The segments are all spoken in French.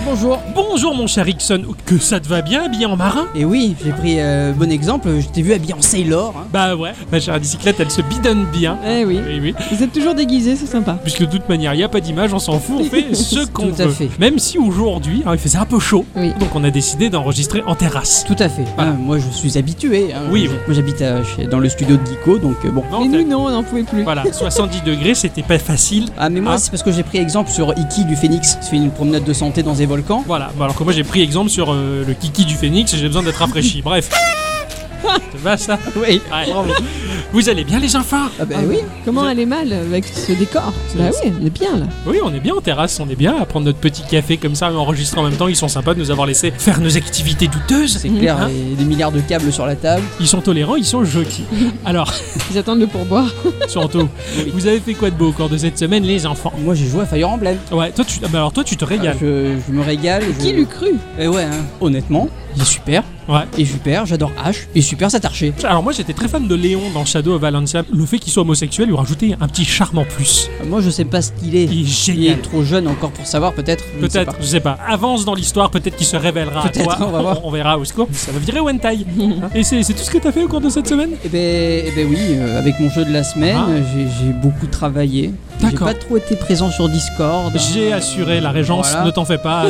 bonjour. Bonjour mon cher Ixon, que ça te va bien habillé en marin? Et oui, j'ai pris bon exemple, je t'ai vu habillé en sailor. Hein. Bah ouais, ma chère bicyclette, elle se bidonne bien. Eh oui. Oui. Vous êtes toujours déguisés, c'est sympa. Puisque de toute manière, il n'y a pas d'image, on s'en fout, on fait ce qu'on Tout à veut. fait. Même si aujourd'hui, il faisait un peu chaud, Oui. donc on a décidé d'enregistrer en terrasse. Tout à fait. Voilà. Moi je suis habitué. Hein. Oui. Moi j'habite dans le studio de Geeko, donc bon. Non, Et t'as- nous, non, on n'en pouvait plus. Voilà, 70 degrés, c'était pas facile. Ah mais moi Ah. c'est parce que j'ai pris exemple sur Iki du Phénix. Je fais une promenade de santé dans des volcans. Voilà, alors que moi j'ai pris exemple sur le kiki du phénix et j'ai besoin d'être rafraîchi. Bref. Ça va ça? Oui. Ouais. Vous allez bien les enfants? Ah bah Ah oui. Comment elle est mal avec ce décor? C'est- Bah oui, elle est bien là. Oui, on est bien en terrasse, on est bien à prendre notre petit café comme ça, à enregistrer en même temps. Ils sont sympas de nous avoir laissé faire nos activités douteuses. C'est clair, Hein, et des milliards de câbles sur la table. ils sont tolérants, ils sont jolis. Alors, Ils attendent le pourboire. surtout, Oui. vous avez fait quoi de beau au cours de cette semaine, les enfants? Moi j'ai joué à Fire Emblem. Ouais, toi tu te régales. Je me régale. Qui l'eût cru? Et ouais, hein. Honnêtement, il est super. Ouais. Et super, j'adore Ash. Et super, ça t'archer. Alors moi j'étais très fan de Léon dans Shadow of Valencia. Le fait qu'il soit homosexuel lui rajoutait un petit charme en plus. Moi je sais pas ce qu'il est. Il est Il génial. est trop jeune encore pour savoir, peut-être. Je ne sais Peut-être, pas. je sais pas. Avance dans l'histoire, peut-être qu'il se révélera à Peut-être, toi. on va voir. On verra au secours. Ça va virer Wentai. Hein. Et c'est tout ce que t'as fait au cours de cette semaine? Eh ben oui, avec mon jeu de la semaine, Ah. j'ai beaucoup travaillé. J'ai D'accord. pas trop été présent sur Discord. J'ai assuré la régence, Voilà. ne t'en fais pas.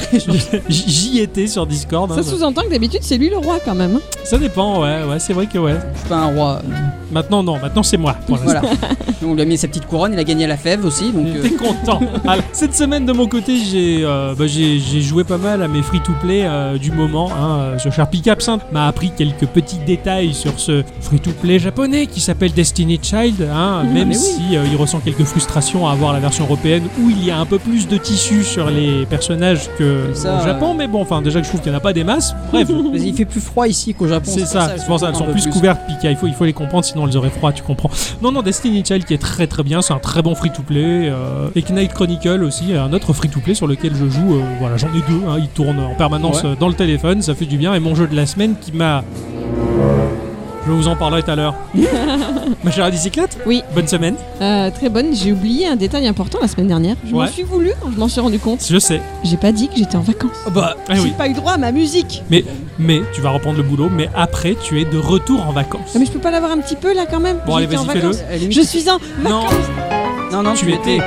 J'y étais sur Discord. Ça sous-entend que d'habitude c'est lui le roi quand même. Hein. Ça dépend, ouais, c'est vrai que ouais. Je suis pas un roi. Maintenant, non, maintenant c'est moi. Pour l'instant. Voilà. On lui a mis sa petite couronne, il a gagné à la fève aussi. Donc, T'es content. Alors, cette semaine de mon côté, j'ai joué pas mal à mes free-to-play du moment. Hein. Ce cher Pic Absinthe m'a appris quelques petits détails sur ce free-to-play japonais qui s'appelle Destiny Child. Hein, même mais oui. si il ressent quelques frustrations à avoir la version européenne où il y a un peu plus de tissu sur les personnages que Ça, au Japon. Mais bon, enfin déjà que je trouve qu'il n'y en a pas des masses. Bref. mais il fait plus froid ici qu'au Japon. C'est ça, c'est pour ça, elles sont plus couvertes, Pika, il faut les comprendre, sinon elles auraient froid, tu comprends. Non, Destiny Child qui est très très bien, c'est un très bon free-to-play. Et Knight Chronicle aussi, un autre free-to-play sur lequel je joue, voilà, j'en ai deux, hein, ils tournent en permanence Ouais. dans le téléphone, ça fait du bien. Et mon jeu de la semaine qui m'a... Je vous en parlerai tout à l'heure. Ma chère bicyclette, Oui. bonne semaine. Très bonne. J'ai oublié un détail important la semaine dernière. Je m'en Ouais. suis voulu quand je m'en suis rendu compte. Je sais, J'ai pas dit que j'étais en vacances. Bah, eh J'ai oui. pas eu droit à ma musique. Mais tu vas reprendre le boulot, mais après tu es de retour en vacances. Ah, mais je peux pas l'avoir un petit peu là quand même. Bon, allez, J'étais en vas-y, fais-le. vacances. Je suis en Non, vacances. non, tu étais.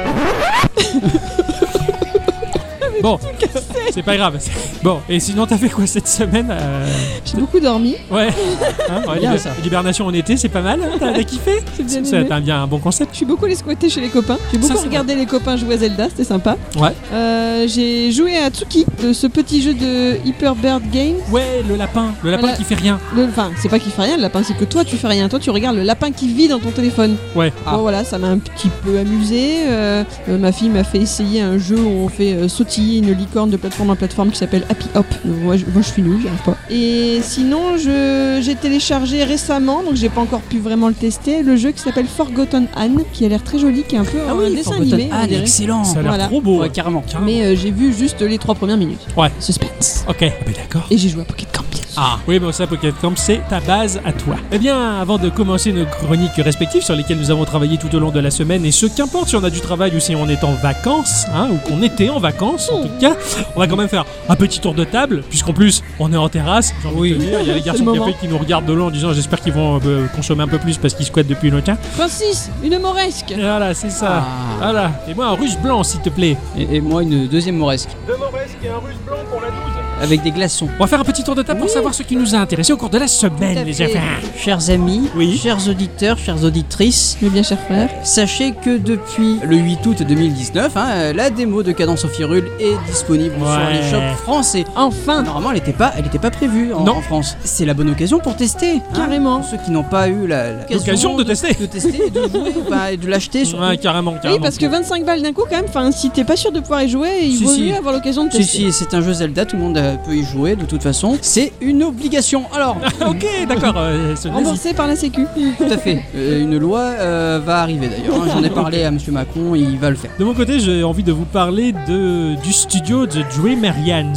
Bon, c'est pas grave. Bon, et sinon t'as fait quoi cette semaine J'ai beaucoup dormi. Ouais. Hein, ouais, Bien, ça. Libération en été, c'est pas mal. Hein, t'as kiffé? J'ai bien Ça aimé. t'as bien un bon concept. Je suis beaucoup allé squatter chez les copains. J'ai beaucoup c'est regardé les copains jouer à Zelda, c'était sympa. Ouais. J'ai joué à Tsuki, de ce petit jeu de Hyper Bird Games. Ouais, le lapin Voilà. qui fait rien. Enfin, c'est pas qu'il fait rien, le lapin, c'est que toi tu fais rien. Toi tu regardes le lapin qui vit dans ton téléphone. Ouais. Ah. Bon voilà, ça m'a un petit peu amusé. Ma fille m'a fait essayer un jeu où on fait sautiller une licorne de plateforme en plateforme qui s'appelle Happy Hop. Moi je suis nulle, j'y arrive pas. Et sinon, j'ai téléchargé récemment, donc j'ai pas encore pu vraiment le tester, le jeu qui s'appelle Forgotten Anne, qui a l'air très joli, qui est un peu un dessin animé. on dirait. excellent. Ça a l'air Voilà. trop beau. Ouais, carrément. Mais j'ai vu juste les 3 premières minutes. Ouais. Suspense. Ok. Ah, bah, d'accord. Et j'ai joué à Pocket Camp. bien sûr. Ah, oui, mais ça, Pocket Camp, c'est ta base à toi. Eh bien, avant de commencer nos chroniques respectives sur lesquelles nous avons travaillé tout au long de la semaine, et ce qu'importe si on a du travail ou si on est en vacances, hein, ou qu'on était en vacances, en tout cas, on va quand même faire un petit tour de table, puisqu'en plus, on est en terrasse. J'ai envie de te dire, il y a les garçons le de moment. café qui nous regardent de loin en disant j'espère qu'ils vont consommer un peu plus parce qu'ils squattent depuis longtemps. Francis, une moresque. Et voilà, c'est ça. Ah. Voilà. Et moi, un russe blanc, s'il te plaît. Et moi, une deuxième moresque. Deux moresques et un russe blanc pour la 12. Avec des glaçons. On va faire un petit tour de table pour savoir ce qui nous a intéressé au cours de la Tout à semaine, les fait. enfants. Chers amis, Oui. chers auditeurs, chères auditrices, Mes bien chers frères. sachez que depuis le 8 août 2019, la démo de Cadence of Hyrule est disponible sur Ouais. les shops français. Enfin. Normalement, elle n'était pas prévue Non. en France. C'est la bonne occasion pour tester. hein. Carrément. Pour ceux qui n'ont pas eu L'occasion de tester. de tester et de jouer, et de l'acheter surtout. Ouais, carrément. Oui, parce que 25 balles d'un coup, quand même, enfin, si t'es pas sûr de pouvoir y jouer, il Si, vaut si. mieux avoir l'occasion de Si, tester. si, c'est un jeu Zelda, tout le monde peut y jouer de toute façon. C'est une obligation. Alors, Ok, d'accord. Remboursé par la Sécu. tout à fait. Une loi va arriver d'ailleurs. J'en ai parlé à Monsieur Macron, il va le faire. De mon côté, j'ai envie de vous parler du studio The Dreamerians,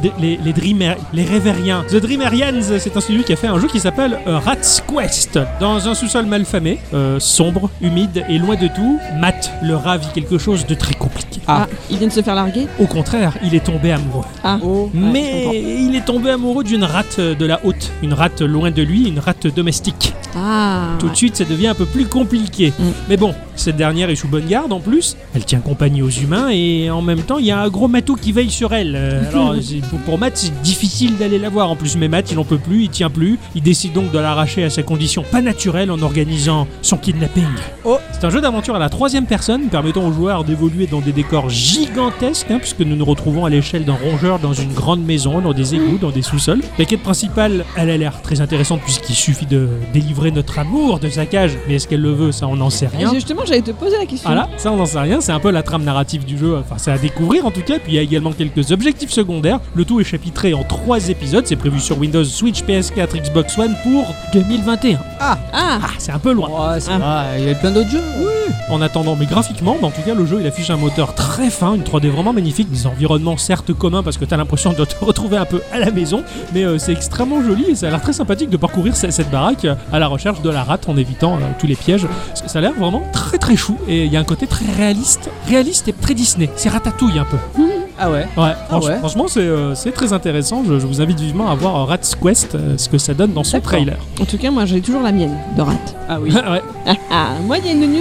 les Rêveriens. The Dreamerians, c'est un studio qui a fait un jeu qui s'appelle Rat's Quest. Dans un sous-sol malfamé, sombre, humide et loin de tout, Matt, le rat, vit quelque chose de très compliqué. Ah, il vient de se faire larguer. Au contraire, il est tombé amoureux. Ah, Oh. Mais il est tombé amoureux d'une rate de la haute, une rate loin de lui, une rate domestique. ah. Tout de suite, ça devient un peu plus compliqué. Mais bon, cette dernière est sous bonne garde en plus. Elle tient compagnie aux humains et en même temps, il y a un gros matou qui veille sur elle. Alors, pour Matt, c'est difficile d'aller la voir en plus. Mais Matt, il n'en peut plus, il tient plus. Il décide donc de l'arracher à sa condition pas naturelle en organisant son kidnapping. Oh. C'est un jeu d'aventure à la troisième personne permettant aux joueurs d'évoluer dans des décors gigantesques, puisque nous nous retrouvons à l'échelle d'un rongeur dans une grande maison, dans des égouts, dans des sous-sols. La quête principale, elle a l'air très intéressante puisqu'il suffit de délivrer notre amour de sa cage. Mais est-ce qu'elle le veut? Ça, on n'en sait rien. Justement, j'allais te poser la question. Voilà, ça on n'en sait rien, c'est un peu la trame narrative du jeu, enfin c'est à découvrir en tout cas, puis il y a également quelques objectifs secondaires, le tout est chapitré en 3 épisodes, c'est prévu sur Windows, Switch, PS4, Xbox One pour 2021. Ah, C'est un peu loin. Ouais, c'est vrai, il y a plein d'autres jeux. En attendant, mais graphiquement, en tout cas le jeu il affiche un moteur très fin, une 3D vraiment magnifique, des environnements certes communs parce que t'as l'impression de te retrouver un peu à la maison, mais c'est extrêmement joli et ça a l'air très sympathique de parcourir cette baraque à la recherche de la rate en évitant tous les pièges. Ça a l'air vraiment très très chou et il y a un côté très réaliste et très Disney. C'est Ratatouille un peu. Ah ouais. Ouais, ouais. franchement c'est très intéressant. Je vous invite vivement à voir Rat's Quest, ce que ça donne dans son D'accord. trailer. en tout cas, moi j'ai toujours la mienne de rat. Ah oui. Ouais. Moi, il y a une news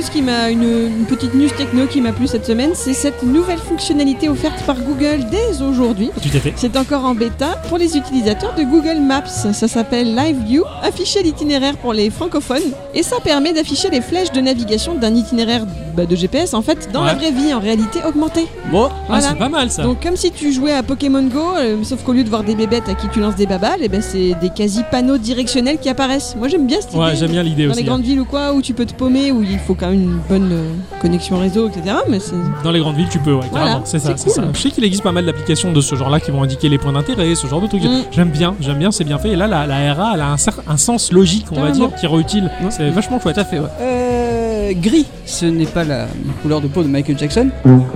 une petite news techno qui m'a plu cette semaine. C'est cette nouvelle fonctionnalité offerte par Google dès aujourd'hui. Tout à fait. C'est encore en bêta pour les utilisateurs de Google Maps. Ça s'appelle Live View, afficher l'itinéraire pour les francophones. Et ça permet d'afficher les flèches de navigation d'un itinéraire de GPS en fait dans la vraie vie, en réalité augmentée. Bon. Voilà. C'est pas mal ça. Donc comme si tu jouais à Pokémon Go, sauf qu'au lieu de voir des bébêtes à qui tu lances des babales, et ben c'est des quasi-panneaux directionnels qui apparaissent. Moi j'aime bien cette idée. Ouais, j'aime bien l'idée Dans aussi. les grandes villes ou quoi, où tu peux te paumer, où il faut quand même une bonne connexion réseau, etc. Mais c'est... Dans les grandes villes, tu peux, ouais, Voilà, carrément. C'est ça, c'est c'est cool. ça. Je sais qu'il existe pas mal d'applications de ce genre-là qui vont indiquer les points d'intérêt, ce genre de trucs. J'aime bien, c'est bien fait. Et là, la RA, elle a un sens logique, on va Carrément. dire, qui est utile. C'est vachement chouette. Tout à fait, ouais. Gris, ce n'est pas la couleur de peau de Michael Jackson.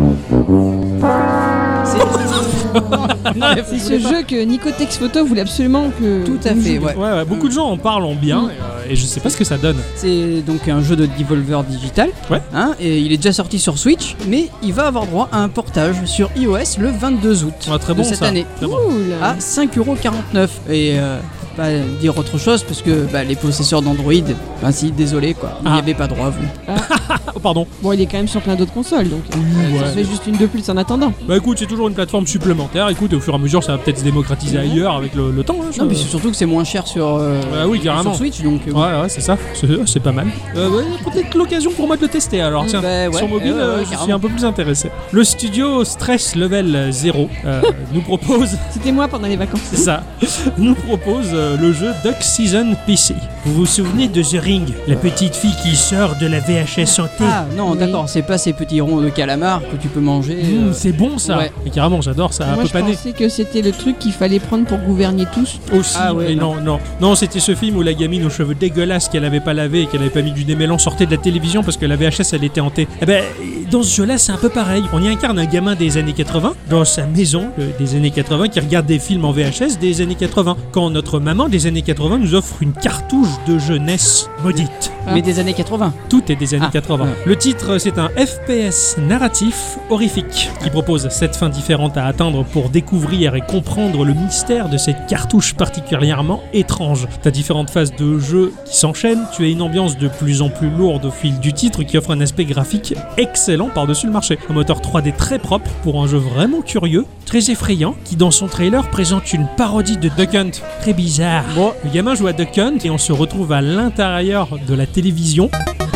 C'est ce jeu que Nicotex Photo voulait absolument que... Tout à qu'on fait, joue. ouais. Beaucoup de gens en parlent en bien, et je sais pas ce que ça donne. C'est donc un jeu de Devolver Digital. Ouais. Et il est déjà sorti sur Switch, mais il va avoir droit à un portage sur iOS le 22 août Très de bon cette ça. année Très bon. Cool. à 5,49€. Et pas dire autre chose parce que les possesseurs d'Android, si, désolé quoi, vous n'y Ah. avez pas droit vous. Oh, pardon. Bon, il est quand même sur plein d'autres consoles, donc Ouais. ça fait juste une de plus en attendant. Bah écoute, c'est toujours une plateforme supplémentaire. Écoute, au fur et à mesure, ça va peut-être se démocratiser ailleurs avec le temps. Hein, Non, mais c'est surtout que c'est moins cher sur, oui, carrément. sur Switch donc. Ouais, c'est ça. C'est pas mal. Peut-être l'occasion pour moi de le tester alors. Tiens, Bah, ouais. sur mobile, je suis carrément. un peu plus intéressé. Le studio Stress Level 0 nous propose, C'était moi pendant les vacances. c'est ça, nous propose le jeu Duck Season PC. Vous vous souvenez de The Ring, la petite fille qui sort de la VHS hantée? Ah non, Oui. d'accord, c'est pas ces petits ronds de calamar que tu peux manger. C'est bon ça. ouais. Et carrément, j'adore ça. Un Moi, peu je pané. pensais que c'était le truc qu'il fallait prendre pour gouverner tous. Aussi, Ah ouais, mais non, c'était ce film où la gamine aux cheveux dégueulasses qu'elle avait pas lavé et qu'elle avait pas mis du démêlant sortait de la télévision parce que la VHS elle était hantée. Eh ben, dans ce jeu-là, c'est un peu pareil. On y incarne un gamin des années 80 dans sa maison des années 80 qui regarde des films en VHS des années 80. Quand notre maman des années 80 nous offre une cartouche de jeunesse maudite. Mais des années 80. Tout est des années Ah, 80. ouais. Le titre, c'est un FPS narratif horrifique qui propose 7 fins différentes à atteindre pour découvrir et comprendre le mystère de cette cartouche particulièrement étrange. T'as différentes phases de jeu qui s'enchaînent, tu as une ambiance de plus en plus lourde au fil du titre qui offre un aspect graphique excellent par-dessus le marché. Un moteur 3D très propre pour un jeu vraiment curieux, très effrayant, qui dans son trailer présente une parodie de Duck Hunt. Très bizarre. Bon. Le gamin joue à Duck Hunt et on se retrouve à l'intérieur de la télévision.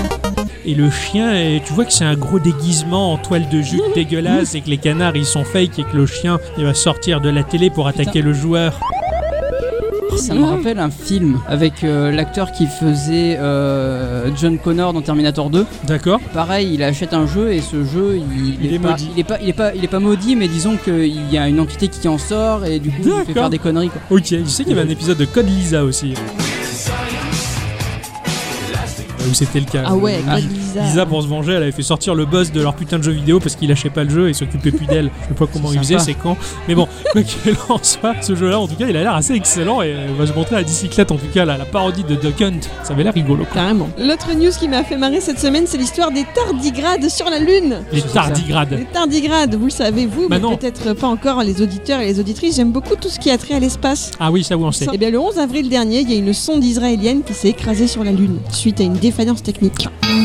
Et le chien, tu vois que c'est un gros déguisement en toile de jute dégueulasse et que les canards ils sont fake et que le chien il va sortir de la télé pour attaquer le joueur. Ça me rappelle un film avec l'acteur qui faisait John Connor dans Terminator 2. D'accord. Pareil, il achète un jeu et ce jeu, Il est maudit. Il est pas maudit, mais disons qu'il y a une entité qui en sort et du coup il fait D'accord. faire des conneries quoi. Ok, je sais qu'il y avait un épisode de Code Lisa aussi. Où c'était le cas. Ah ouais, Ah. Code Lisa. Lisa, pour se venger, elle avait fait sortir le boss de leur putain de jeu vidéo parce qu'il lâchait pas le jeu et s'occupait plus d'elle. Je sais pas comment C'est il faisait, sympa. c'est quand. Mais bon, quoi qu'il en soit, ce jeu-là, en tout cas, il a l'air assez excellent et on va se montrer à Dicyclette, en tout cas, la parodie de Duck Hunt. Ça avait l'air rigolo. quoi. Carrément. L'autre news qui m'a fait marrer cette semaine, c'est l'histoire des tardigrades sur la Lune. Les C'est ça. tardigrades. Les tardigrades, vous le savez, vous, Bah mais non. peut-être pas encore les auditeurs et les auditrices. J'aime beaucoup tout ce qui a trait à l'espace. Ah oui, ça où on sait. Eh bien, le 11 avril dernier, il y a une sonde israélienne qui s'est écrasée sur la Lune suite à une défaillance technique.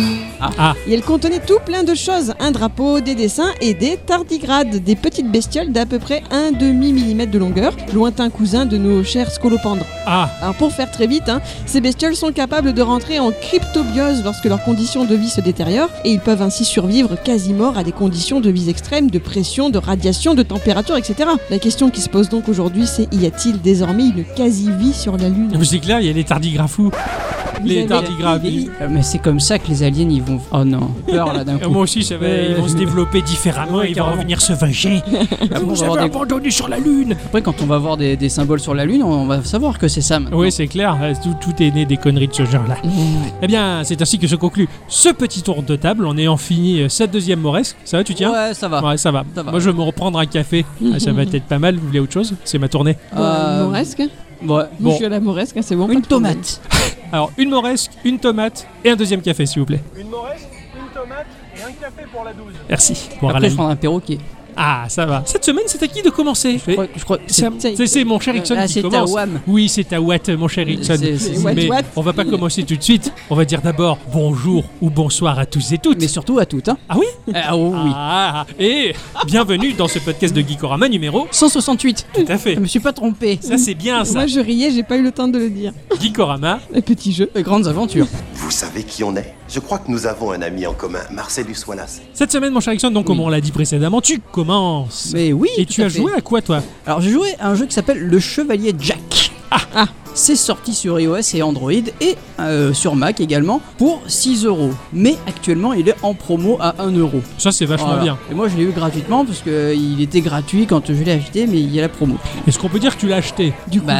Ah, Et elle contenait tout plein de choses, un drapeau, des dessins et des tardigrades, des petites bestioles d'à peu près 1/2 millimètre de longueur, lointain cousin de nos chers scolopendres. ah, Alors pour faire très vite, ces bestioles sont capables de rentrer en cryptobiose lorsque leurs conditions de vie se détériorent et ils peuvent ainsi survivre quasi morts à des conditions de vie extrêmes, de pression, de radiation, de température, etc. La question qui se pose donc aujourd'hui, c'est y a-t-il désormais une quasi-vie sur la Lune? mais c'est clair, il y a les tardigrafous. Vous Les avez- tardigrades. Mais c'est comme ça que les aliens ils vont. Oh non, peur là d'un coup. Moi aussi, ils vont se développer différemment, Ouais, ils vont carrément. revenir se venger. Après, on Vous va avez avoir des- abandonné sur la Lune. Après, quand on va voir des symboles sur la Lune, on va savoir que c'est ça maintenant. Oui, c'est clair, tout est né des conneries de ce genre-là. Eh bien, c'est ainsi que je conclus ce petit tour de table en ayant fini cette deuxième moresque. Ça va, tu tiens? Ouais, ça va. Ouais, ça va. Ça va. Moi, je vais me reprendre un café. Ah, ça va être pas mal. Vous voulez autre chose? C'est ma tournée. Moresque. Ouais. Moi, Bon. je suis à la moresque, c'est bon. pas Une de problème. tomate. Alors, une moresque, une tomate et un deuxième café, s'il vous plaît. Une moresque, une tomate et un café pour la 12. Merci. Pour Après, Alain. je prendrai un perroquet. Ah, ça va. Cette semaine, c'est à qui de commencer? Je crois que C'est mon cher Ixon qui c'est à commence. Wham. Oui, c'est à Watt, mon cher Ixon. C'est- What, Mais what on va pas commencer tout de suite. On va dire d'abord bonjour ou bonsoir à tous et toutes. Mais surtout à toutes. Hein. Ah oui? Ah oh, oui. Ah, et bienvenue dans ce podcast de Geekorama numéro. 168. Tout à fait. Je me suis pas trompé. Ça, c'est bien ça. Moi, je riais, j'ai pas eu le temps de le dire. Geekorama. Un petit jeu. Les grandes aventures. Vous savez qui on est? Je crois que nous avons un ami en commun, Marcellus Wallace. Cette semaine, mon cher Ixon, donc comme Oui. on l'a dit précédemment, tu commences. Mais oui. Et tout tu à as fait. joué à quoi, toi? Alors j'ai joué à un jeu qui s'appelle Le Chevalier Jack. Ah. C'est sorti sur iOS et Android et sur Mac également pour 6€. Mais actuellement il est en promo à 1€. Ça, c'est vachement Voilà. bien. Et moi je l'ai eu gratuitement parce qu'il était gratuit quand je l'ai acheté, mais il y a la promo. Est-ce qu'on peut dire que tu l'as acheté? Du coup,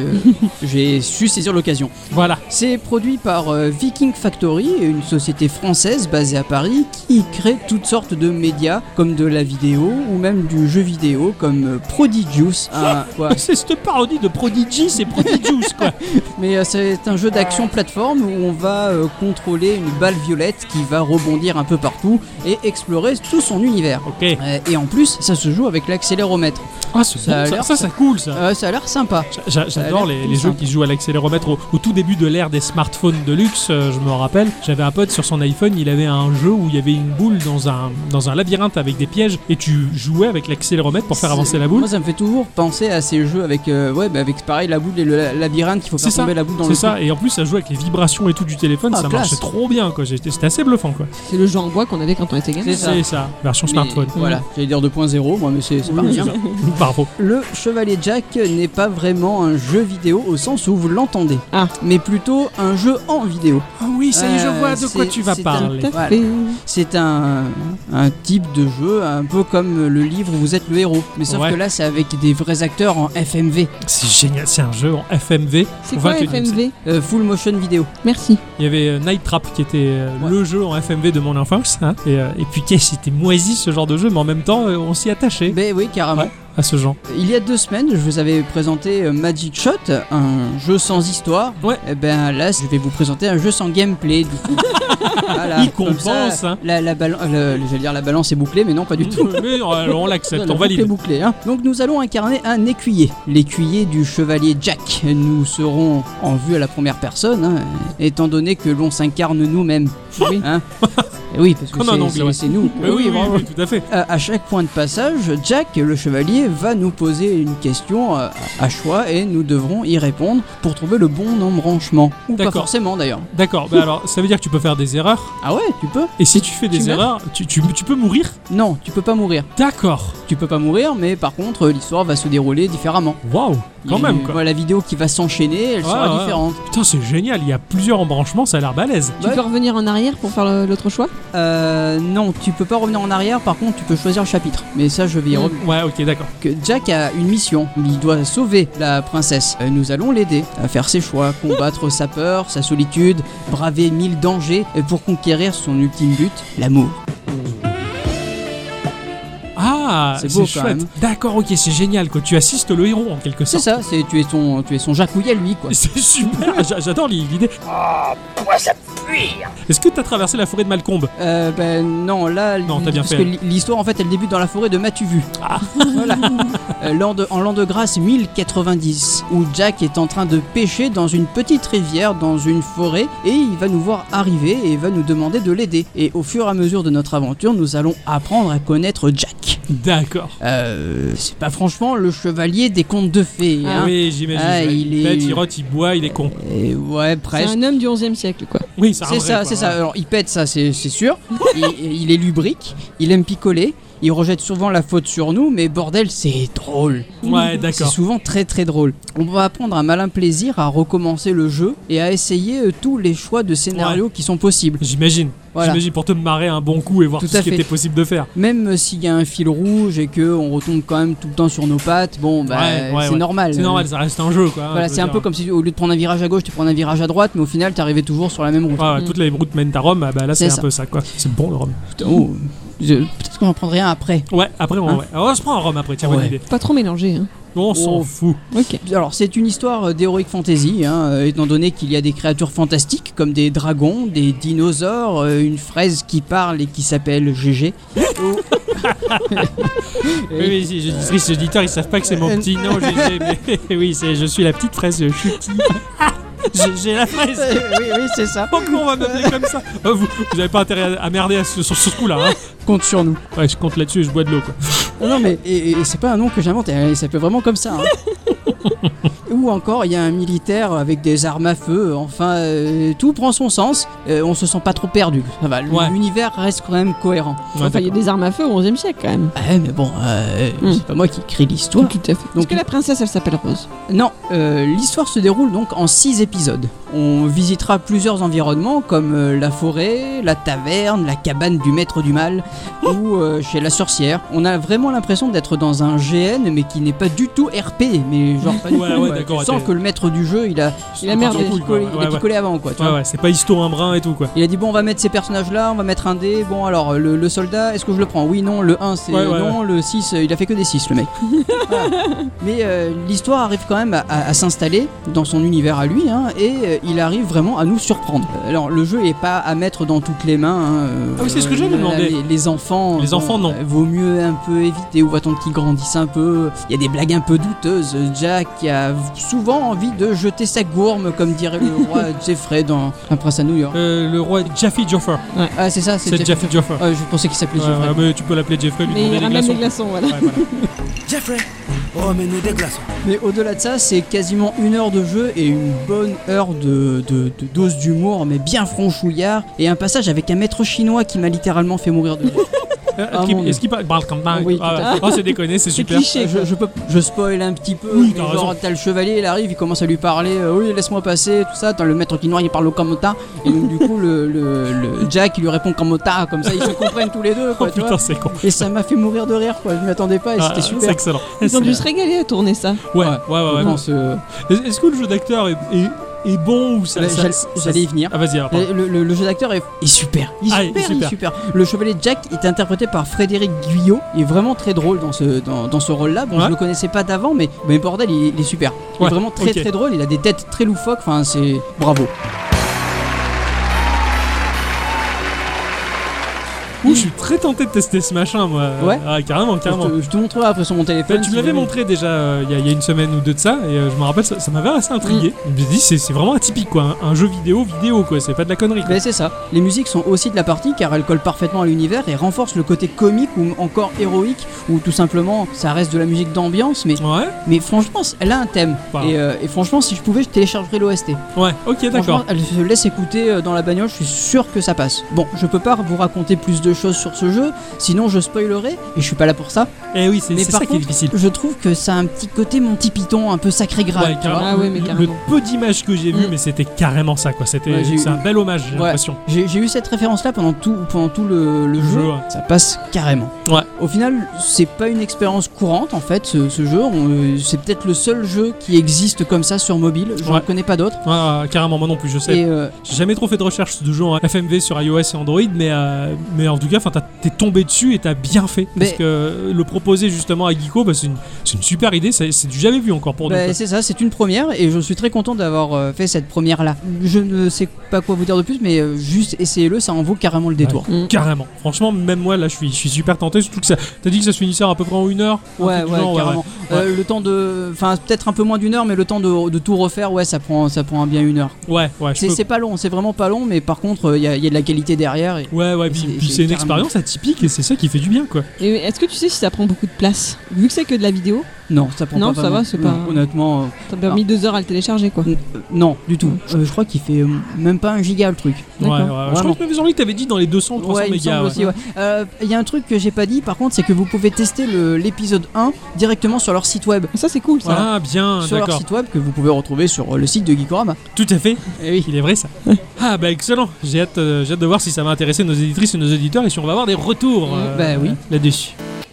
J'ai su saisir l'occasion. Voilà. C'est produit par Viking Factory, une société française basée à Paris qui crée toutes sortes de médias comme de la vidéo ou même du jeu vidéo comme Prodigious. Quoi. C'est cette parodie de Prodigy, c'est Prodigious, quoi. Mais c'est un jeu d'action plateforme où on va contrôler une balle violette qui va rebondir un peu partout et explorer tout son univers. Ok. Et en plus, ça se joue avec l'accéléromètre. Ah, c'est Ça a bon, l'air- ça cool, ça. Ça a l'air sympa. J'adore ça a l'air les tout jeux simple. qui se jouent à l'accéléromètre au tout début de l'ère des smartphones de luxe. Je me rappelle, j'avais un pote sur son iPhone, il avait un jeu où il y avait une boule dans un labyrinthe avec des pièges et tu jouais avec l'accéléromètre pour faire avancer la boule. Moi, ça me fait toujours penser à ces jeux avec, avec pareil la boule et le labyrinthe qu'il faut C'est faire tomber ça, la boule dans c'est le ça. Et en plus, ça jouait avec les vibrations et tout du téléphone, Ah, ça classe. marchait trop bien, quoi. C'était assez bluffant, quoi. c'est le jeu en bois qu'on avait quand on était gamin. C'est ça. C'est ça, version Mais smartphone. Voilà, j'allais dire 2.0, moi, mais c'est parti. hein. Bravo. Le Chevalier Jack n'est pas vraiment un jeu vidéo au sens où vous l'entendez, Ah. mais plutôt un jeu en vidéo. Ah oui, ça y est, je vois de quoi c'est- tu vas c'est parler. Tout à Voilà. fait. C'est un type de jeu un peu comme le livre où vous êtes le héros, mais sauf Ouais. que là c'est avec des vrais acteurs en FMV, C'est génial, c'est un jeu en FMV. C'est au quoi 21e siècle. FMV? full motion vidéo. Merci. Il y avait Night Trap qui était Ouais. le jeu en FMV de mon enfance. Hein, et puis c'était moisi ce genre de jeu, mais en même temps on s'y attachait Ben oui, carrément. Ouais. à ce genre. Il y a 2 semaines, je vous avais présenté Magic Shot, un jeu sans histoire. Ouais. Et ben là, je vais vous présenter un jeu sans gameplay du coup. Voilà, Il comme ça, compense, hein. j'allais dire la balance est bouclée, mais non, pas du tout. Mais on l'accepte, Non, on la boucle est valide. bouclée, hein. Donc nous allons incarner un écuyer, l'écuyer du chevalier Jack. Nous serons en vue à la première personne, hein, étant donné que l'on s'incarne nous-mêmes. Oui, hein. Et oui, parce que Comme un anglais, ouais. c'est nous. Oui, bravo. tout à fait. À chaque point de passage, Jack, le chevalier, va nous poser une question à choix et nous devrons y répondre pour trouver le bon embranchement. Ou pas D'accord. forcément d'ailleurs. D'accord, bah alors ça veut dire que tu peux faire des erreurs. Ah ouais, tu peux? Et si tu fais des Tu meurs erreurs, tu peux mourir. Non, tu peux pas mourir. D'accord. tu peux pas mourir, mais par contre l'histoire va se dérouler différemment. Waouh, quand même quoi. La vidéo qui va s'enchaîner, elle sera différente. Putain, c'est génial, il y a plusieurs embranchements, ça a l'air balèze. Tu peux revenir en arrière pour faire l'autre choix? Non, tu peux pas revenir en arrière, par contre tu peux choisir le chapitre. Mais ça je vais y revenir. Ouais, ok, d'accord. Que Jack a une mission, il doit sauver la princesse. Nous allons l'aider à faire ses choix, combattre sa peur, sa solitude, braver 1000 dangers pour conquérir son ultime but, l'amour. Ah, c'est beau, chouette. quand même. D'accord, ok, c'est génial quoi. Tu assistes le héros en quelque C'est sorte. ça, tu es son Jacouille à lui quoi. C'est super, j'adore l'idée. Pourquoi ça fuir? Est-ce que t'as traversé la forêt de Malcombe? Non, là, Non, t'as bien parce fait. que l'histoire en fait elle débute dans la forêt de Matuvu. Ah. Voilà. En l'an de grâce 1090, où Jack est en train de pêcher dans une petite rivière, dans une forêt, et il va nous voir arriver et va nous demander de l'aider. Et au fur et à mesure de notre aventure, nous allons apprendre à connaître Jack. D'accord. C'est pas franchement le chevalier des contes de fées. Ah Hein. oui, j'imagine. Ah, ouais. il Il est- pète, il rote, il boit, il est con. Et ouais, C'est presque. un homme du 11e siècle, quoi. Oui, c'est un C'est vrai, ça, quoi, c'est ça. ouais. Alors, il pète, ça, c'est sûr. il est lubrique, il aime picoler, il rejette souvent la faute sur nous, mais bordel, c'est drôle. Ouais, C'est d'accord. souvent très très drôle. On va prendre un malin plaisir à recommencer le jeu et à essayer tous les choix de scénarios qui sont possibles. J'imagine. Voilà. J'imagine pour te marrer un bon coup et voir Tout tout ce à qui fait. était possible de faire. Même s'il y a un fil rouge et que on retombe quand même tout le temps sur nos pattes, bon, bah, Ouais, c'est ouais. normal. C'est normal, ça reste un jeu quoi. Voilà, c'est un peu comme si au lieu de prendre un virage à gauche, tu prends un virage à droite, mais au final, t'arrivais toujours sur la même route. Ouais, toutes les routes mènent à Rome, ah bah là c'est C'est un ça. peu ça quoi. C'est bon le Rome. Oh, peut-être qu'on en prendrait un après. Ouais, après on, Hein ouais. Alors, on se prend un Rome après, tiens, bonne Ouais. idée. Pas trop mélangé, hein. On s'en Oh. fout. Ok. Alors c'est une histoire d'heroic fantasy, étant donné qu'il y a des créatures fantastiques comme des dragons, des dinosaures, une fraise qui parle et qui s'appelle GG. Oui, si, les auditeurs ils savent pas que c'est mon petit nom, GG, mais oui, je suis la petite fraise chutie. J'ai la fraise. oui, c'est ça. Pourquoi on va m'appeler comme ça? Vous avez pas intérêt à merder sur ce coup là, hein. Compte sur nous. Ouais, je compte là-dessus et je bois de l'eau quoi. Non mais et c'est pas un nom que j'invente, il s'appelle vraiment comme ça. Hein. Ou encore il y a un militaire avec des armes à feu. Enfin, tout prend son sens. On se sent pas trop perdu. Ça va. Ouais. L'univers reste quand même cohérent. Ouais, Enfin, il y a des armes à feu au 11e siècle, quand même. Ouais, mais bon, c'est pas moi qui écris l'histoire. Tout à fait. Est-ce Donc- que la princesse, elle s'appelle Rose? Non, l'histoire se déroule donc en 6 épisodes. On visitera plusieurs environnements comme la forêt, la taverne, la cabane du maître du mal ou chez la sorcière. On a vraiment l'impression d'être dans un GN mais qui n'est pas du tout RP, mais genre pas du Ouais, tout. ouais, Tu d'accord, sens ok. que le maître du jeu, il a merdé. picolé, il a Ouais, picolé avant quoi. Tu vois. Ouais, c'est pas histo un brin et tout quoi. Il a dit bon on va mettre ces personnages là, on va mettre un dé, bon alors le soldat est-ce que je le prends? Oui non, le 1 c'est Ouais, ouais, non, le 6 il a fait que des 6 le mec. Voilà. Mais l'histoire arrive quand même à s'installer dans son univers à lui et il arrive vraiment à nous surprendre. Alors le jeu est pas à mettre dans toutes les mains. Ah oui, c'est ce que j'allais demander. Les enfants, Les enfants, non. Vaut mieux un peu éviter ou attendre qu'ils grandissent un peu. Il y a des blagues un peu douteuses. Jack a souvent envie de jeter sa gourme comme dirait le roi Jeffrey dans Un prince à New York. Le roi Jaffe Joffer. Ah c'est ça, C'est Jaffe Joffer. Je pensais qu'il s'appelait Ouais, Jeffrey. ouais, mais tu peux l'appeler Jeffrey, lui Mais il demander des ramène glaçons. des glaçons, voilà. Ouais, voilà. Jeffrey, remets-nous des glaçons. Mais au-delà de ça, c'est quasiment 1 heure de jeu et une bonne heure de dose d'humour, mais bien franchouillard, et un passage avec un maître chinois qui m'a littéralement fait mourir de rire. Ah, mon Est-ce qu'il parle comme dingue? Oui, tout à Oh, c'est déconné, c'est super. cliché. Je spoil un petit peu. Oui, t'as genre, raison. t'as le chevalier, il arrive, il commence à lui parler. Oui, laisse-moi passer, tout ça. T'as le maître chinois, il parle au kamota. Et donc, du coup, le Jack, il lui répond kamota, comme ça, ils se comprennent tous les deux. Oh Quoi, tu putain, vois. c'est con. Et ça m'a fait mourir de rire, quoi. Je m'y attendais pas et Ah, c'était c'est super. excellent. Ils ont dû se régaler à tourner ça. Ouais, Ouais. ouais. Je pense, Est-ce que le jeu d'acteur est bon ou ça j'allais y venir. Ah, vas-y, alors, pardon. Le jeu d'acteur est super. Il Ah, est il est super, il est super. Le chevalier Jack est interprété par Frédéric Guyot. Il est vraiment très drôle dans ce rôle-là. Bon, Ouais. je le connaissais pas d'avant, mais bordel, il est super. Il Ouais, est vraiment très ok. très drôle. Il a des têtes très loufoques. Enfin, c'est bravo. Ouh, je suis très tenté de tester ce machin, moi. Ouais. Ah, carrément, carrément. Je te montrerai après sur mon téléphone. Bah, tu si me l'avais vous voulez. montré déjà il y a une semaine ou deux de ça, et je me rappelle, ça m'avait assez intrigué. Je me dis, c'est vraiment atypique quoi, un jeu vidéo, quoi, c'est pas de la connerie. Quoi. Ben, c'est ça. Les musiques sont aussi de la partie car elles collent parfaitement à l'univers et renforcent le côté comique ou encore héroïque ou tout simplement ça reste de la musique d'ambiance mais franchement elle a un thème Wow. et franchement si je pouvais je téléchargerais l'OST. Ouais, ok, Franchement d'accord. elle se laisse écouter dans la bagnole, je suis sûr que ça passe. Bon je peux pas vous raconter plus de choses sur ce jeu, sinon je spoilerai, et je suis pas là pour ça. Eh oui, c'est Mais ça par qui est contre, difficile. je trouve que ça a un petit côté Monty Python, un peu sacré Graal. Ouais, tu vois. carrément. Ah ouais, mais Le carrément. peu d'images que j'ai vu, mais c'était carrément ça, quoi. C'était, Ouais, j'ai c'est eu- un bel hommage, j'ai Ouais. l'impression. J'ai eu cette référence là pendant tout le jeu, Ouais. ça passe carrément. Ouais. Au final, c'est pas une expérience courante en fait ce jeu, c'est peut-être le seul jeu qui existe comme ça sur mobile, je Ouais. ne connais pas d'autres. Carrément, moi non plus, je sais. Et J'ai jamais trop fait de recherche de jeux en FMV sur iOS et Android, mais en tout cas, t'es tombé dessus et t'as bien fait. Parce Mais- que le proposer justement à Geeko, c'est une super idée, c'est du jamais vu encore pour nous. bah, quoi. c'est ça, c'est une première et je suis très content d'avoir fait cette première là. Je ne sais pas quoi vous dire de plus, mais juste essayez-le, ça en vaut carrément le détour. Carrément. Franchement, même moi, là, je suis super tenté. Surtout que ça. T'as dit que ça se finissait à peu près en 1 heure. un Ouais, truc du ouais, genre, carrément. ouais. Le temps de. Enfin, peut-être un peu moins d'1 heure, mais le temps de tout refaire, ouais, ça prend bien 1 heure. Ouais, C'est pas long, c'est vraiment pas long, mais par contre, il y a de la qualité derrière. Et... Ouais, Et puis c'est c'est une carrément- expérience atypique et c'est ça qui fait du bien, quoi. Et est-ce que tu sais si ça prend beaucoup de place? Vu que c'est que de la vidéo, Non, ça prend Non, pas ça vraiment. va, c'est Non, pas- honnêtement, ça m'a mis 2 heures à le télécharger quoi. non, du tout. Je crois qu'il fait même pas 1 giga le truc. Ouais, D'accord. je crois que même Jean-Luc t'avais dit dans les 200 ou 300 Ouais, il me mégas. semble ouais. aussi, ouais. Il y a un truc que j'ai pas dit, par contre, c'est que vous pouvez tester l'épisode 1 directement sur leur site web. Ça c'est cool ça. Ah, bien, Sur leur d'accord. site web que vous pouvez retrouver sur le site de Geekorama. Tout à fait. Eh oui. Il est vrai ça. Ah bah excellent. J'ai hâte de voir si ça va intéresser nos éditrices et nos éditeurs et si on va avoir des retours Bah oui. là-dessus.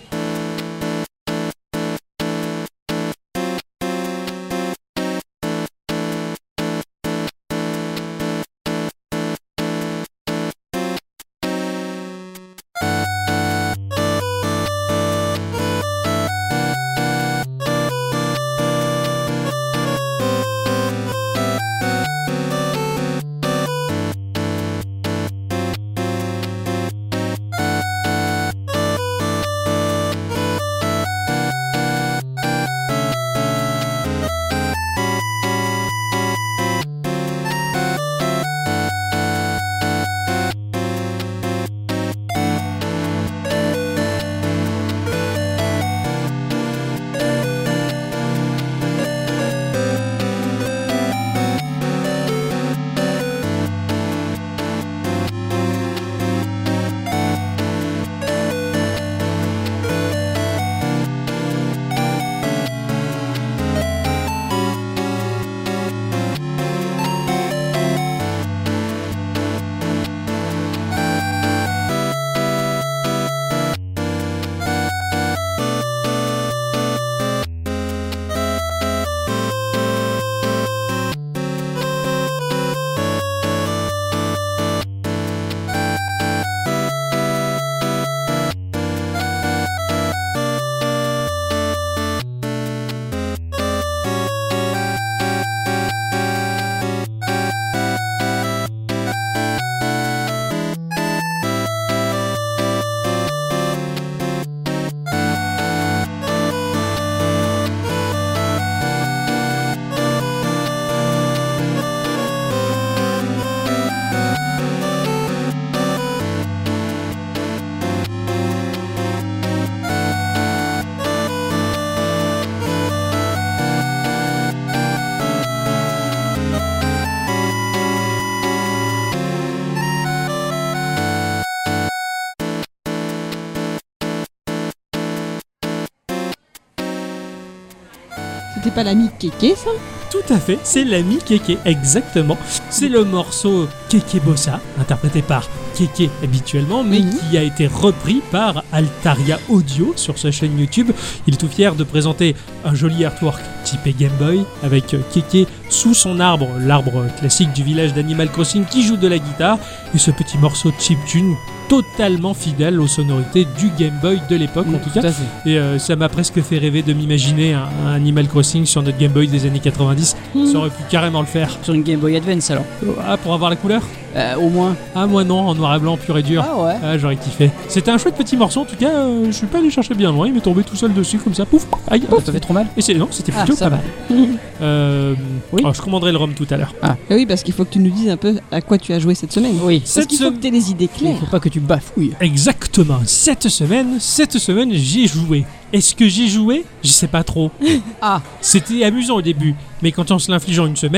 C'était pas l'ami Kéké ça? Tout à fait, c'est l'ami Kéké, exactement. C'est le morceau Kéké Bossa, interprété par Kéké habituellement, mais qui a été repris par Altaria Audio sur sa chaîne YouTube. Il est tout fier de présenter un joli artwork typé Game Boy, avec Kéké sous son arbre, l'arbre classique du village d'Animal Crossing qui joue de la guitare, et ce petit morceau de chiptune totalement fidèle aux sonorités du Game Boy de l'époque en tout cas. à fait. Et ça m'a presque fait rêver de m'imaginer un Animal Crossing sur notre Game Boy des années 90. Ça aurait pu carrément le faire. Sur une Game Boy Advance alors. Ah, pour avoir la couleur? Au moins. Ah, moi non, en noir et blanc pur et dur. Ah ouais. Ah, j'aurais kiffé. C'était un chouette petit morceau en tout cas. Je suis pas allé chercher bien loin. Il m'est tombé tout seul dessus comme ça. Pouf. Aïe. Ça fait trop mal. Et non, c'était Ah, plutôt ça pas va. mal. Oui. Je commanderai le rhum tout à l'heure. Ah oui, parce qu'il faut que tu nous dises un peu à quoi tu as joué cette semaine. Oui. Parce qu'il faut que tu aies les idées Il claires. faut pas que tu bafouilles. Exactement. Cette semaine, j'y ai joué. Est-ce que j'ai joué? Je sais pas trop. Ah. C'était amusant au début, mais quand on se l'inflige en une semaine,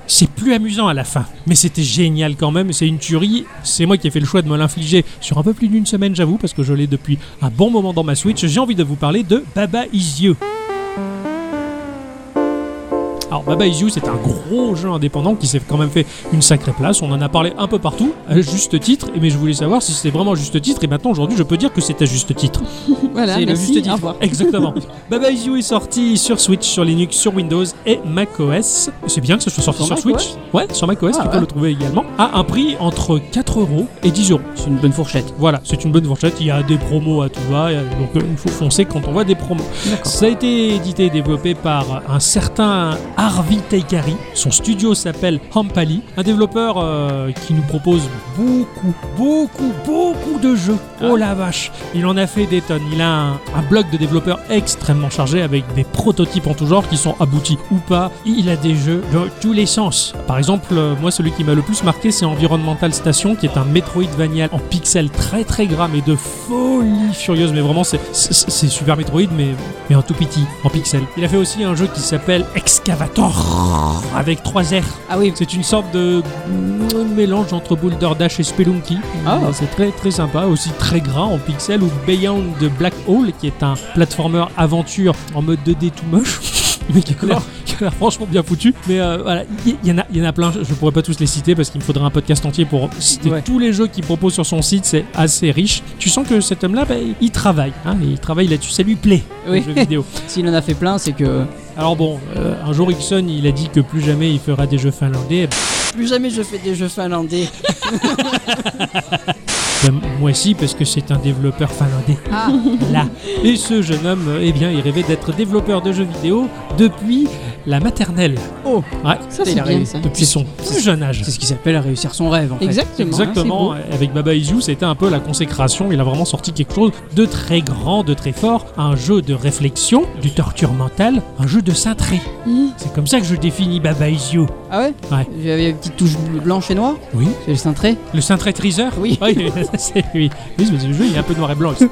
c'est plus amusant à la fin. Mais c'était génial quand même, c'est une tuerie. C'est moi qui ai fait le choix de me l'infliger sur un peu plus d'une semaine, j'avoue, parce que je l'ai depuis un bon moment dans ma Switch. J'ai envie de vous parler de Baba Is You. Alors Baba Is You, c'est un gros jeu indépendant qui s'est quand même fait une sacrée place. On en a parlé un peu partout, à juste titre. Mais je voulais savoir si c'était vraiment à juste titre. Et maintenant, aujourd'hui, je peux dire que c'est à juste titre. Voilà, C'est le merci, juste titre. au revoir. Exactement. Baba Is You est sorti sur Switch, sur Linux, sur Windows et macOS. C'est bien que ce soit sorti Sur sur macOS Switch. Ouais, sur macOS, Ah, tu peux ouais. le trouver également. À un prix entre 4€ et 10€. C'est une bonne fourchette. Voilà, c'est une bonne fourchette. Il y a des promos à tout va. Donc il faut foncer quand on voit des promos. D'accord. Ça a été édité et développé par un certain Harvey Teikari. Son studio s'appelle Hampali, un développeur qui nous propose beaucoup de jeux. Oh la vache, il en a fait des tonnes. Il a un blog de développeurs extrêmement chargé avec des prototypes en tout genre qui sont aboutis ou pas. Il a des jeux dans tous les sens. Par exemple, moi celui qui m'a le plus marqué, c'est Environmental Station, qui est un Metroidvania en pixels très gras mais de folie furieuse. Mais vraiment, c'est Super Metroid mais en tout petit, en pixels. Il a fait aussi un jeu qui s'appelle Excavator avec 3 R. Ah oui, C'est une sorte de mélange entre Boulder Dash et Spelunky. Ah. C'est très sympa, aussi très gras en pixels. Ou Beyond the Black Hole, qui est un platformer aventure en mode 2D tout moche. Mais qui a l'air franchement bien foutu. Mais voilà, il y en a plein. Je pourrais pas tous les citer parce qu'il me faudrait un podcast entier pour citer Ouais. tous les jeux qu'il propose sur son site. C'est assez riche. Tu sens que cet homme-là, il travaille. Il travaille là-dessus. Ça lui plaît, Oui. les jeux vidéo. s'il en a fait plein, c'est que Alors bon, un jour Ixon, il a dit que plus jamais il fera des jeux finlandais. plus jamais je fais des jeux finlandais. Ben, moi aussi, parce que c'est un développeur finlandais. Ah, Là. Et ce jeune homme, eh bien, il rêvait d'être développeur de jeux vidéo depuis la maternelle. oh, Ouais, Ça, Il c'est a bien, réussi. ça. depuis son plus jeune âge. c'est ce qui s'appelle réussir son rêve en fait. Exactement. Exactement, hein, avec Baba Is You, c'était un peu la consécration. Il a vraiment sorti quelque chose de très grand, de très fort. Un jeu de réflexion, du torture mentale, un jeu de cintré. c'est beau. C'est comme ça que je définis Baba Is You. Ah ouais Ouais. J'avais une petite touche blanche et noire. Oui. C'est le cintré. Le cintré-triseur. Oui. C'est lui. Oui, mais le jeu, il est un peu noir et blanc aussi.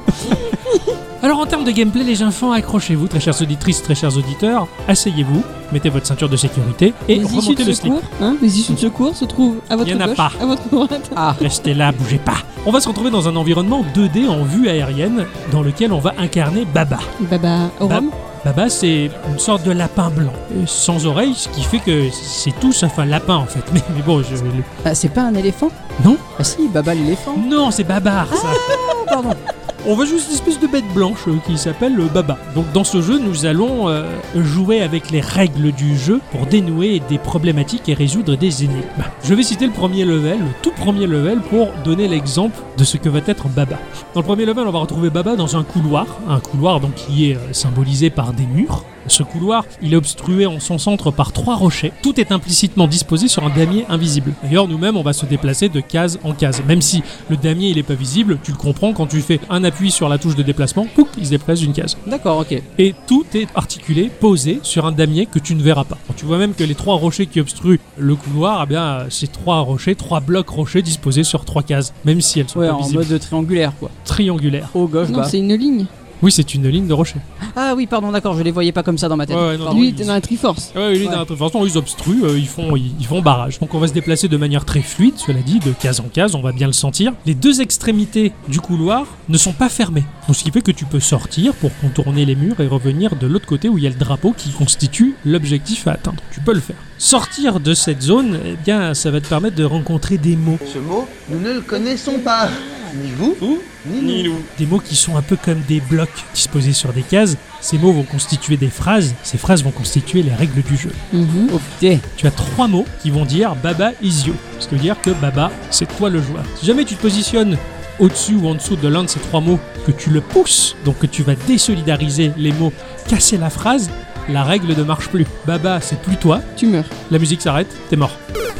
Alors en termes de gameplay, les enfants, accrochez-vous, très chères auditrices, très chers auditeurs, asseyez-vous, mettez votre ceinture de sécurité et Les issues remontez de le slip. secours, les issues de secours se trouvent à votre Il y en a gauche, pas. à votre droite. Ah, Restez là, bougez pas. On va se retrouver dans un environnement 2D en vue aérienne dans lequel on va incarner Baba. Baba au rhum. Baba, c'est une sorte de lapin blanc, sans oreilles, ce qui fait que c'est tout sauf un lapin en fait. Mais bon, ah, c'est pas un éléphant? Non. Ah si, Baba l'éléphant. Non, c'est Babar ça. Pardon. On va jouer une espèce de bête blanche qui s'appelle Baba. Donc dans ce jeu, nous allons jouer avec les règles du jeu pour dénouer des problématiques et résoudre des énigmes. Je vais citer le premier level, le tout premier level, pour donner l'exemple de ce que va être Baba. Dans le premier level, on va retrouver Baba dans un couloir donc qui est symbolisé par des murs. Ce couloir, il est obstrué en son centre par 3 rochers. Tout est implicitement disposé sur un damier invisible. D'ailleurs, nous-mêmes, on va se déplacer de case en case. Même si le damier, il est pas visible, tu le comprends quand tu fais un appui sur la touche de déplacement, pouc, il se déplace d'une case. D'accord, ok. Et tout est articulé, posé sur un damier que tu ne verras pas. Donc, tu vois même que les 3 rochers qui obstruent le couloir, eh bien, c'est 3 blocs rochers disposés sur 3 cases, même si elles sont Ouais, pas en visibles. mode triangulaire quoi. Triangulaire. Haut, gauche, Non, bas. c'est une ligne. Oui, c'est une ligne de rochers. Ah oui, pardon, d'accord, je les voyais pas comme ça dans ma tête. Ouais, non, Pardon. Lui, il était dans la Triforce. Ouais, lui, Ouais. de toute façon, ils obstruent, ils font barrage. Donc on va se déplacer de manière très fluide, cela dit, de case en case, on va bien le sentir. Les 2 extrémités du couloir ne sont pas fermées. Donc ce qui fait que tu peux sortir pour contourner les murs et revenir de l'autre côté où il y a le drapeau qui constitue l'objectif à atteindre. Tu peux le faire. Sortir de cette zone, eh bien, ça va te permettre de rencontrer des mots. Ce mot, nous ne le connaissons pas. Ni vous, ni nous. Des mots qui sont un peu comme des blocs disposés sur des cases. Ces mots vont constituer des phrases. Ces phrases vont constituer les règles du jeu. Mhm. Oh putain. Tu as 3 mots qui vont dire Baba is you. Ce qui veut dire que Baba, c'est toi le joueur. Si jamais tu te positionnes au-dessus ou en dessous de l'un de ces 3 mots, que tu le pousses, donc que tu vas désolidariser les mots, casser la phrase, la règle ne marche plus. Baba, c'est plus toi. Tu meurs. La musique s'arrête, t'es mort.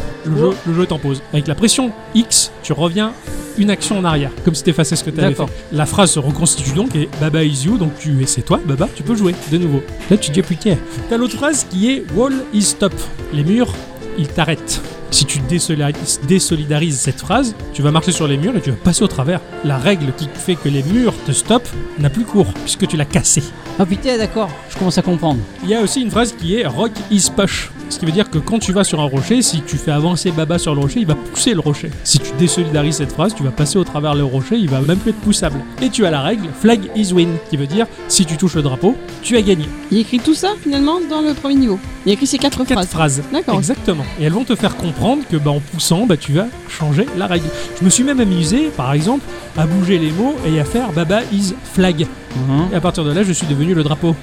Le jeu est en pause. Avec la pression X, tu reviens une action en arrière, comme si t'effaçais ce que t'avais fait. D'accord. La phrase se reconstitue donc et Baba is you, donc c'est toi, Baba, tu peux jouer de nouveau. Là, tu dis oh, putain. T'as l'autre phrase qui est Wall is stop. Les murs, ils t'arrêtent. Si tu désolidarises cette phrase, tu vas marcher sur les murs et tu vas passer au travers. La règle qui fait que les murs te stoppent n'a plus cours, puisque tu l'as cassé. Oh putain, d'accord, je commence à comprendre. Il y a aussi une phrase qui est Rock is push. Ce qui veut dire que quand tu vas sur un rocher, si tu fais avancer Baba sur le rocher, il va pousser le rocher. Si tu désolidarises cette phrase, tu vas passer au travers le rocher, il va même plus être poussable. Et tu as la règle flag is win, qui veut dire si tu touches le drapeau, tu as gagné. Il écrit tout ça finalement dans le premier niveau. Il écrit ces 4 phrases. D'accord. Exactement. Et elles vont te faire comprendre que en poussant, tu vas changer la règle. Je me suis même amusé, par exemple, à bouger les mots et à faire Baba is flag. Et à partir de là, je suis devenu le drapeau.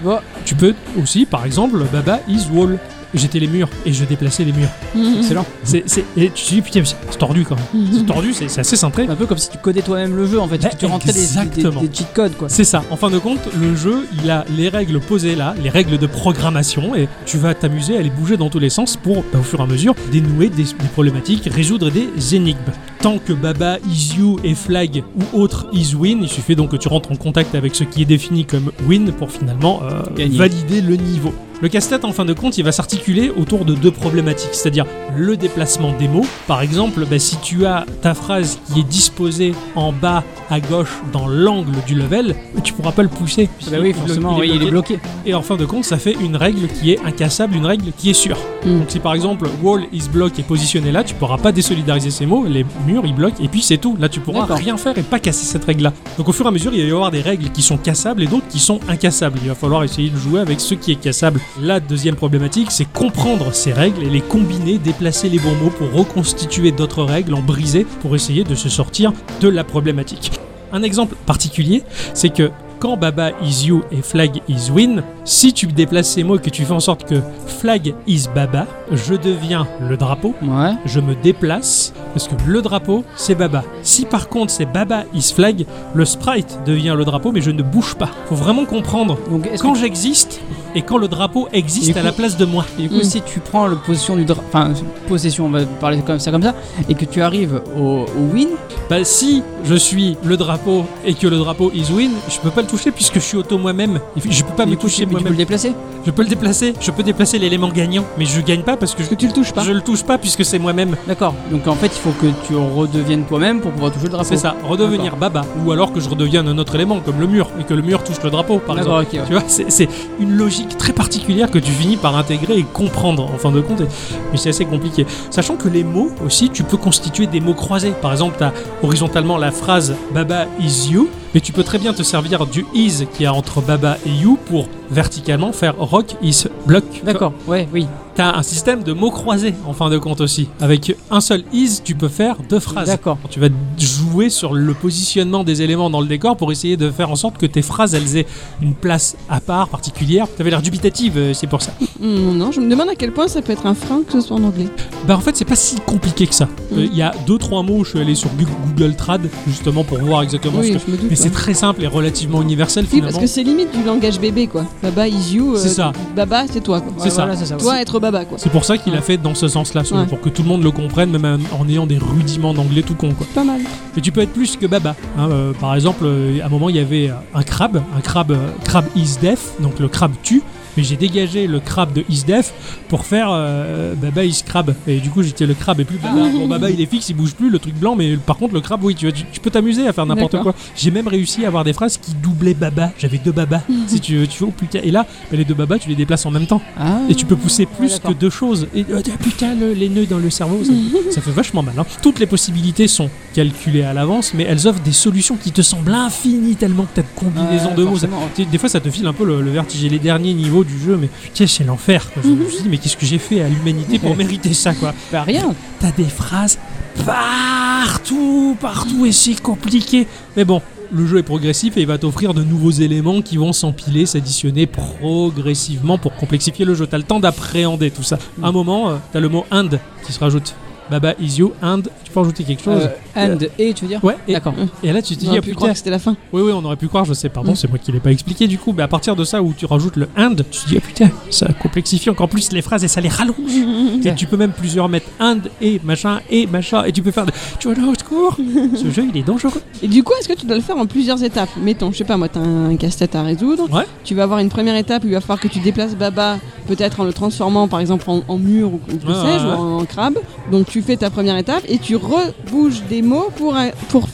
Tu peux aussi, par exemple, Baba is wall. J'étais les murs et je déplaçais les murs. Excellent. Et tu te dis, putain, c'est tordu quand même. C'est tordu, c'est assez cintré. Un peu comme si tu codais toi-même le jeu en fait. Tu rentrais des cheat codes quoi. C'est ça. En fin de compte, le jeu, il a les règles posées là, les règles de programmation, et tu vas t'amuser à les bouger dans tous les sens pour, au fur et à mesure, dénouer des problématiques, résoudre des énigmes. Tant que Baba is you et flag ou autre is win, il suffit donc que tu rentres en contact avec ce qui est défini comme win pour finalement valider le niveau. Le casse-tête, en fin de compte, il va s'articuler autour de 2 problématiques, c'est-à-dire le déplacement des mots. Par exemple, si tu as ta phrase qui est disposée en bas à gauche dans l'angle du level, tu pourras pas le pousser. Oui, forcément, il est bloqué. Et en fin de compte, ça fait une règle qui est incassable, une règle qui est sûre. Donc si par exemple wall is block est positionné là, tu pourras pas désolidariser ces mots, les murs ils bloquent et puis c'est tout. Là tu pourras rien faire et pas casser cette règle là. Donc au fur et à mesure il va y avoir des règles qui sont cassables et d'autres qui sont incassables. Il va falloir essayer de jouer avec ce qui est cassable. La deuxième problématique, c'est comprendre ces règles et les combiner, déplacer les bons mots pour reconstituer d'autres règles, en briser pour essayer de se sortir de la problématique. Un exemple particulier, c'est que quand Baba is you et flag is win, si tu déplaces ces mots et que tu fais en sorte que flag is Baba, je deviens le drapeau, je me déplace, parce que le drapeau, c'est Baba. Si par contre c'est Baba is flag, le sprite devient le drapeau, mais je ne bouge pas. Faut vraiment comprendre quand j'existe et quand le drapeau existe à la place de moi. Et du coup, si tu prends la position du possession, on va parler comme ça, et que tu arrives au win, si je suis le drapeau et que le drapeau is win, je peux pas le toucher puisque je suis auto moi-même. Je peux pas me toucher moi-même. Tu peux le déplacer. Je peux le déplacer. Je peux déplacer l'élément gagnant, mais je gagne pas parce que tu le touches pas. Je le touche pas puisque c'est moi-même. D'accord. Donc en fait, il faut que tu redeviennes toi-même pour pouvoir toucher le drapeau. C'est ça. Redevenir Baba, ou alors que je redevienne un autre élément comme le mur et que le mur touche le drapeau, par exemple. Okay, tu vois, c'est une logique très particulière que tu finis par intégrer et comprendre en fin de compte. Mais c'est assez compliqué. Sachant que les mots aussi, tu peux constituer des mots croisés. Par exemple, tu as horizontalement la phrase Baba is you. Mais tu peux très bien te servir du is qui est entre Baba et you pour verticalement faire rock is block. D'accord, oui. T'as un système de mots croisés en fin de compte aussi. Avec un seul is, tu peux faire 2 phrases. D'accord. Tu vas jouer sur le positionnement des éléments dans le décor pour essayer de faire en sorte que tes phrases elles aient une place à part, particulière. T'avais l'air dubitative, c'est pour ça. Non, je me demande à quel point ça peut être un frein que ce soit en anglais. En fait, c'est pas si compliqué que ça. Il y a 2-3 mots, je suis allé sur Google Trad justement pour voir exactement ce que. Mais c'est très simple et relativement universel finalement. Parce que c'est limite du langage bébé quoi. Baba is you. C'est ça. Baba c'est toi quoi. C'est ça. Voilà, c'est ça. Toi être Baba quoi. C'est pour ça qu'il a fait dans ce sens-là, pour que tout le monde le comprenne, même en ayant des rudiments d'anglais tout con quoi. Pas mal. Mais tu peux être plus que Baba. Par exemple, à un moment il y avait un crabe is deaf, donc le crabe tue. Mais j'ai dégagé le crabe de Isdef pour faire Baba is crabe. Et du coup, j'étais le crabe et plus Baba. Bon, Baba il est fixe, il bouge plus, le truc blanc, mais par contre, le crabe, oui, tu peux t'amuser à faire n'importe quoi. J'ai même réussi à avoir des phrases qui doublaient Baba. J'avais 2 Baba. Si tu veux, oh putain. Et là, les 2 Baba, tu les déplaces en même temps. Et tu peux pousser plus que 2 choses. Et putain, les nœuds dans le cerveau, ça fait vachement mal. Toutes les possibilités sont calculées à l'avance, mais elles offrent des solutions qui te semblent infinies tellement que t'as de combinaisons de mots. Des fois, ça te file un peu le vertige. Les derniers niveaux du jeu, mais putain, c'est l'enfer. Je me suis dit, mais qu'est-ce que j'ai fait à l'humanité pour mériter ça, quoi? Rien. T'as des phrases partout, et c'est compliqué. Mais bon, le jeu est progressif et il va t'offrir de nouveaux éléments qui vont s'empiler, s'additionner progressivement pour complexifier le jeu. T'as le temps d'appréhender tout ça. À un moment, t'as le mot and qui se rajoute. Baba is you and tu peux rajouter quelque chose et tu veux dire d'accord. Et là tu te dis on aurait pu croire que c'était la fin. Oui on aurait pu croire, je sais, pardon, c'est moi qui l'ai pas expliqué du coup, mais à partir de ça où tu rajoutes le and, tu te dis putain, ça complexifie encore plus les phrases et ça les rallonge. Et tu peux même plusieurs mettre and et machin et tu peux faire tu vois là au secours. Ce jeu il est dangereux. Et du coup est-ce que tu dois le faire en plusieurs étapes? Mettons, je sais pas moi, t'as un casse-tête à résoudre. Tu vas avoir une première étape où il va falloir que tu déplaces Baba, peut-être en le transformant par exemple en mur ou que sais-je, ou en crabe. Donc tu fais ta première étape et tu rebouges des mots pour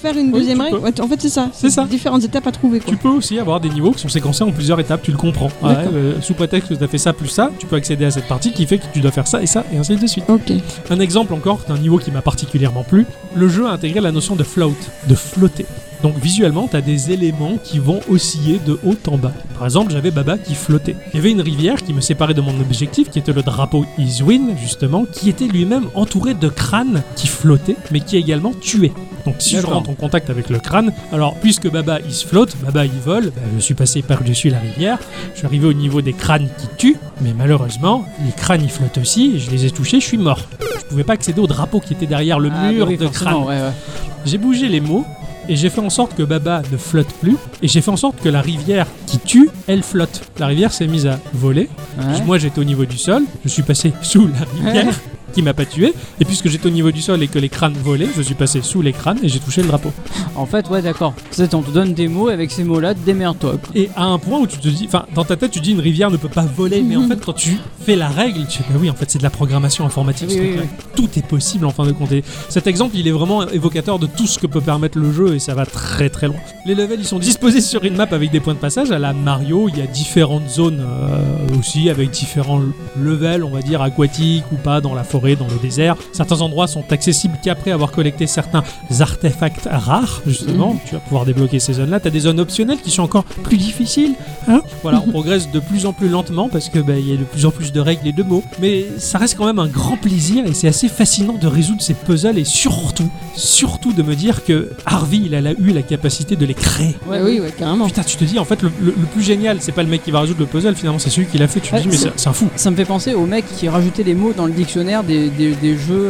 refaire une Oui, deuxième tu règle. peux. Ouais, en fait, c'est ça. C'est ça. Différentes étapes à trouver. Quoi. Tu peux aussi avoir des niveaux qui sont séquencés en plusieurs étapes, tu le comprends. Ouais, D'accord. sous prétexte que tu as fait ça plus ça, tu peux accéder à cette partie qui fait que tu dois faire ça, et ainsi de suite. Ok. Un exemple encore d'un niveau qui m'a particulièrement plu, le jeu a intégré la notion de float, de flotter. Donc visuellement, tu as des éléments qui vont osciller de haut en bas. Par exemple, j'avais Baba qui flottait. Il y avait une rivière qui me séparait de mon objectif, qui était le drapeau Iswin, justement, qui était lui-même entouré de crânes qui flottaient, mais qui également tuaient. Donc si je D'accord. rentre en contact avec le crâne, alors puisque Baba il se flotte, Baba il vole, je suis passé par-dessus la rivière, je suis arrivé au niveau des crânes qui tuent, mais malheureusement, les crânes ils flottent aussi, et je les ai touchés, je suis mort. Je pouvais pas accéder au drapeau qui était derrière le mur de crâne. Ouais, ouais. J'ai bougé les mots et j'ai fait en sorte que Baba ne flotte plus et j'ai fait en sorte que la rivière qui tue, elle flotte. La rivière s'est mise à voler. Ouais. Moi j'étais au niveau du sol, je suis passé sous la rivière qui m'a pas tué et puisque j'étais au niveau du sol et que les crânes volaient, je suis passé sous les crânes et j'ai touché le drapeau. En fait, ouais, d'accord. C'est on te donne des mots avec ces mots-là, démerde-toi. quoi. Et à un point où tu te dis, enfin dans ta tête tu dis une rivière ne peut pas voler, mais en fait quand tu fais la règle, tu dis bah oui en fait c'est de la programmation informatique. Oui, ce oui, truc-là. Tout est possible en fin de compte. Et cet exemple il est vraiment évocateur de tout ce que peut permettre le jeu et ça va très très loin. Les levels ils sont disposés sur une map avec des points de passage à la Mario, il y a différentes zones aussi avec différents levels on va dire aquatiques ou pas dans la forêt, dans le désert. Certains endroits sont accessibles qu'après avoir collecté certains artefacts rares justement, tu vas pouvoir débloquer ces zones là. Tu as des zones optionnelles qui sont encore plus difficiles hein. Voilà, on progresse de plus en plus lentement parce que il y a de plus en plus de règles et de mots, mais ça reste quand même un grand plaisir et c'est assez fascinant de résoudre ces puzzles et surtout de me dire que Harvey il a eu la capacité de les créer. Ouais, oui, carrément. Putain, tu te dis en fait le plus génial, c'est pas le mec qui va résoudre le puzzle, finalement c'est celui qui l'a fait. Tu te Ouais, dis mais c'est- c'est un fou. Ça me fait penser au mec qui rajoutait les mots dans le dictionnaire des jeux,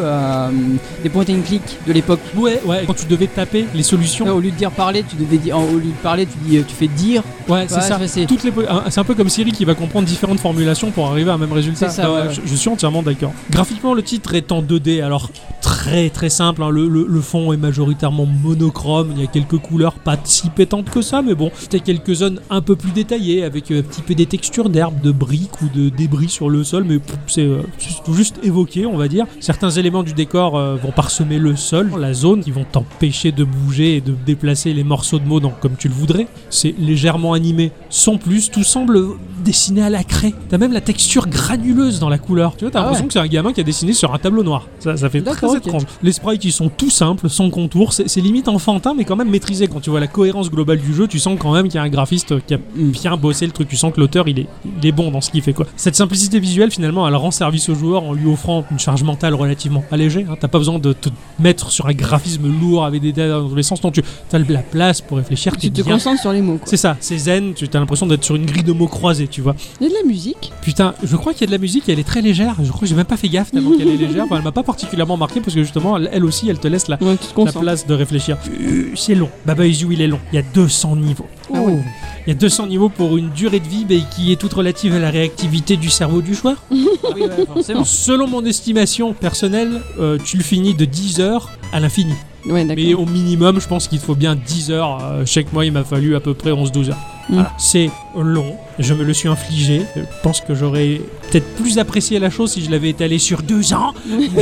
des point and click de l'époque. Ouais, quand tu devais taper les solutions. Ouais, au lieu de dire parler, tu devais dire, au lieu de parler, tu fais dire. Ouais, c'est ça. c'est- Toutes les c'est un peu comme Siri qui va comprendre différentes formulations pour arriver à un même résultat. C'est ça, ouais. Je suis entièrement d'accord. Graphiquement, le titre est en 2D, alors très très simple. Hein. Le fond est majoritairement monochrome. Il y a quelques couleurs pas si pétantes que ça, mais bon, t'as quelques zones un peu plus détaillées avec un petit peu des textures d'herbes, de briques ou de débris sur le sol, mais c'est tout juste évoqué, on va dire. Certains éléments du décor vont parsemer le sol, la zone, qui vont t'empêcher de bouger et de déplacer les morceaux de mots comme tu le voudrais. C'est légèrement animé, sans plus. Tout semble dessiné à la craie. T'as même la texture granuleuse dans la couleur. Tu vois, t'as l'impression que c'est un gamin qui a dessiné sur un tableau noir. Ça fait très D'accord, ok. étrange. Les sprites, ils sont tout simples, sans contour. C'est limite enfantin, mais quand même maîtrisé. Quand tu vois la cohérence globale du jeu, tu sens quand même qu'il y a un graphiste qui a bien bossé le truc. Tu sens que l'auteur, il est bon dans ce qu'il fait, quoi. Cette simplicité visuelle, finalement, elle rend service au joueur en lui offrant une charge mentale relativement allégée. Hein. T'as pas besoin de te mettre sur un graphisme lourd avec des détails dans tous les sens. Non, tu as la place pour réfléchir. Tu te bien. concentres sur les mots. Quoi. C'est ça, c'est zen. Tu as l'impression d'être sur une grille de mots croisés, tu vois. Il y a de la musique. Putain, je crois qu'il y a de la musique, elle est très légère. Je crois que j'ai même pas fait gaffe tellement qu'elle est légère. Enfin, elle m'a pas particulièrement marqué parce que justement, elle aussi, elle te laisse la Ouais, tu te concentres. place de réfléchir. C'est long. Baba Is You, il est long. Il y a 200 niveaux. Ah ouais. Il y a 200 niveaux pour une durée de vie qui est toute relative à la réactivité du cerveau du joueur. Oui, ouais, forcément. Selon mon estimation personnelle, tu le finis de 10 heures à l'infini. Ouais, d'accord. Mais au minimum, je pense qu'il te faut bien 10 heures. Chaque mois, il m'a fallu à peu près 11-12 heures. Voilà. C'est long, je me le suis infligé. Je pense que j'aurais peut-être plus apprécié la chose si je l'avais étalé sur 2 ans.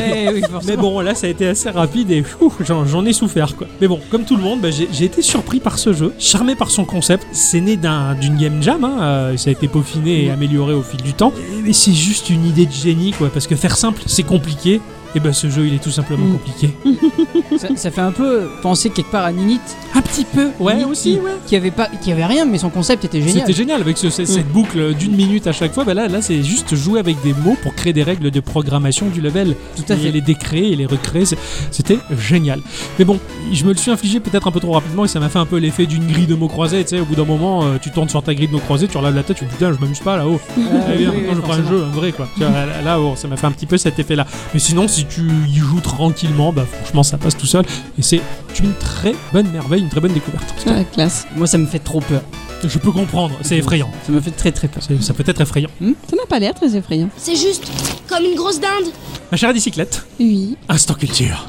Mais bon, là, ça a été assez rapide et j'en ai souffert, quoi. Mais bon, comme tout le monde, j'ai été surpris par ce jeu, charmé par son concept. C'est né d'une game jam, hein. Ça a été peaufiné et amélioré au fil du temps. Mais c'est juste une idée de génie, quoi. Parce que faire simple, c'est compliqué. Et ce jeu, il est tout simplement compliqué. Ça fait un peu penser quelque part à Ninit. Un petit peu, ouais, Ninit aussi, qui avait rien, mais son concept était génial. C'était génial avec cette boucle d'1 minute à chaque fois. Là, c'est juste jouer avec des mots pour créer des règles de programmation du level. Tout à fait. Et les décréer et les recréer. C'était génial. Mais bon, je me le suis infligé peut-être un peu trop rapidement et ça m'a fait un peu l'effet d'une grille de mots croisés. Tu sais, au bout d'un moment, tu tournes sur ta grille de mots croisés, tu relèves la tête, tu te dis putain, je m'amuse pas là-haut. Allez, viens, maintenant je prends un jeu, un vrai, quoi. Tu vois, là, ça m'a fait un petit peu cet effet-là. Mais sinon, si tu y joues tranquillement, franchement, ça passe tout seul. Et c'est une très bonne merveille, une très bonne découverte. Ah, classe. Moi, ça me fait trop peur. Je peux comprendre, c'est effrayant. Ça me fait très très peur. Ça peut être effrayant. Ça n'a pas l'air très effrayant. C'est juste comme une grosse dinde. Ma chère bicyclette, Oui. instant culture.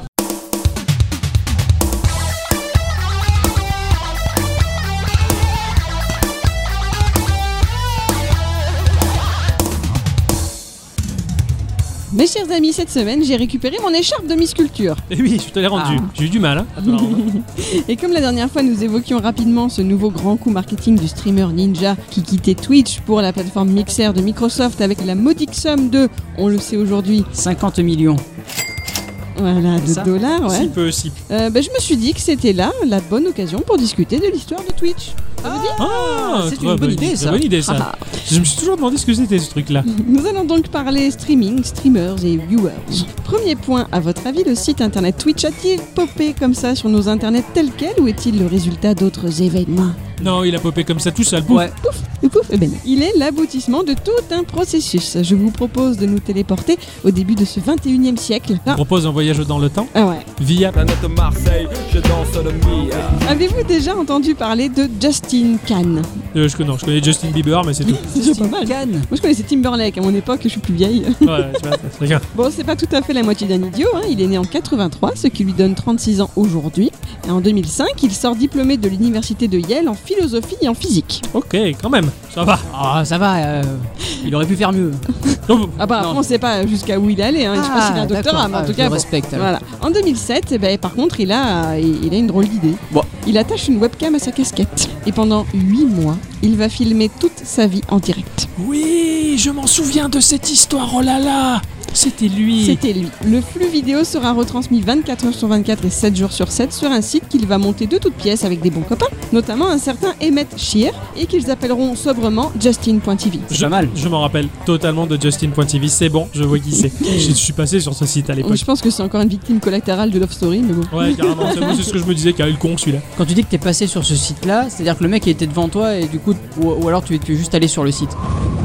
Mes chers amis, cette semaine, j'ai récupéré mon écharpe de Miss Culture. Et oui, je te l'ai rendu. J'ai eu du mal, hein. Attends, Et comme la dernière fois, nous évoquions rapidement ce nouveau grand coup marketing du streamer Ninja qui quittait Twitch pour la plateforme Mixer de Microsoft avec la modique somme de, on le sait aujourd'hui, 50 millions. Voilà, C'est ça de dollars, ouais. si peu, si. Je me suis dit que c'était là la bonne occasion pour discuter de l'histoire de Twitch. Ça vous dit c'est très une bonne idée, ça. Bonne idée, ça. Ah. Je me suis toujours demandé ce que c'était, ce truc-là. Nous allons donc parler streaming, streamers et viewers. Premier point, à votre avis, le site internet Twitch a-t-il popé comme ça sur nos internets tel quel ou est-il le résultat d'autres événements ? Non, il a popé comme ça tout seul. Pouf. Ouais. Pouf, eh ben non. Il est l'aboutissement de tout un processus. Je vous propose de nous téléporter au début de ce 21e siècle. Je propose un voyage dans le temps Ah ouais. via... Planète Marseille, je danse le Mia. Avez-vous déjà entendu parler de Justin Can ? je connais Justin Bieber, mais c'est tout. C'est déjà pas mal. Cannes. Moi je connaissais Timberlake à mon époque, je suis plus vieille. Ouais, tu vois, c'est bien. Bon, c'est pas tout à fait la moitié d'un idiot, hein. Il est né en 83, ce qui lui donne 36 ans aujourd'hui. Et en 2005, il sort diplômé de l'université de Yale en philosophie et en physique. Ok, quand même, ça va. Ah, ça va, il aurait pu faire mieux. Donc, Ah bah, après, Non. on sait pas jusqu'à où il est allé, hein. Je sais pas s'il a un doctorat, mais en tout je cas, le bon. respecte. alors. Voilà. En 2007, eh ben, par contre, il a une drôle d'idée. Bon. Il attache une webcam à sa casquette. Et pendant 8 mois, il va filmer toute sa vie en direct. oui, je m'en souviens de cette histoire, oh là là. C'était lui. C'était lui. Le flux vidéo sera retransmis 24 heures sur 24 et 7 jours sur 7 sur un site qu'il va monter de toutes pièces avec des bons copains, notamment un certain Emmett Shear, et qu'ils appelleront sobrement Justin.tv. C'est pas mal. Je m'en rappelle totalement de Justin.tv, c'est bon, je vois qui c'est. Je suis passé sur ce site à l'époque. Je pense que c'est encore une victime collatérale de Love Story, mais bon. Ouais, carrément, c'est ce que je me disais, quel con celui-là. Quand tu dis que t'es passé sur ce site-là, c'est-à-dire que le mec il était devant toi et du coup, ou alors tu es juste allé sur le site.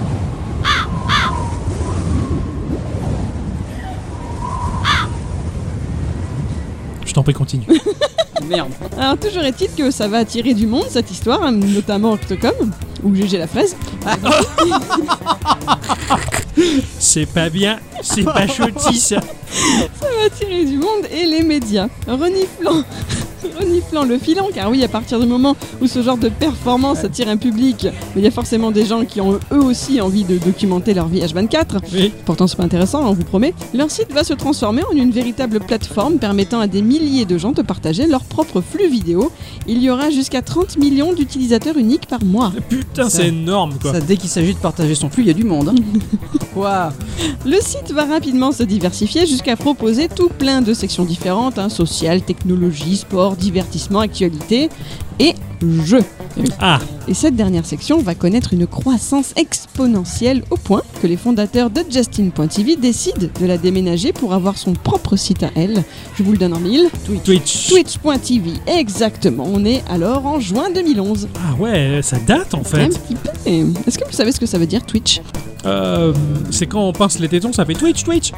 Je t'en prie, continue. Merde. Alors toujours est-il que ça va attirer du monde cette histoire, hein, notamment Octocom, ou GG la fraise. C'est pas bien, c'est pas chouti ça. Ça va attirer du monde et les médias. Reniflant le filon, car oui, à partir du moment où ce genre de performance attire un public, il y a forcément des gens qui ont eux aussi envie de documenter leur vie H24. Oui. Pourtant, c'est pas intéressant, on vous promet. Leur site va se transformer en une véritable plateforme permettant à des milliers de gens de partager leur propre flux vidéo. Il y aura jusqu'à 30 millions d'utilisateurs uniques par mois. Putain, Ça- c'est énorme quoi. Ça, dès qu'il s'agit de partager son flux, il y a du monde. Hein. Quoi ? Le site va rapidement se diversifier jusqu'à proposer tout plein de sections différentes, hein, sociales, technologie, sport, divertissement, actualité et jeux. Ah, Et cette dernière section va connaître une croissance exponentielle au point que les fondateurs de Justin.tv décident de la déménager pour avoir son propre site à elle. Je vous le donne en mille. Twitch. Twitch.tv, exactement. On est alors en juin 2011. Ah ouais, ça date en Un fait. petit peu. Et est-ce que vous savez ce que ça veut dire Twitch ? C'est quand on pince les tétons, ça fait Twitch, Twitch.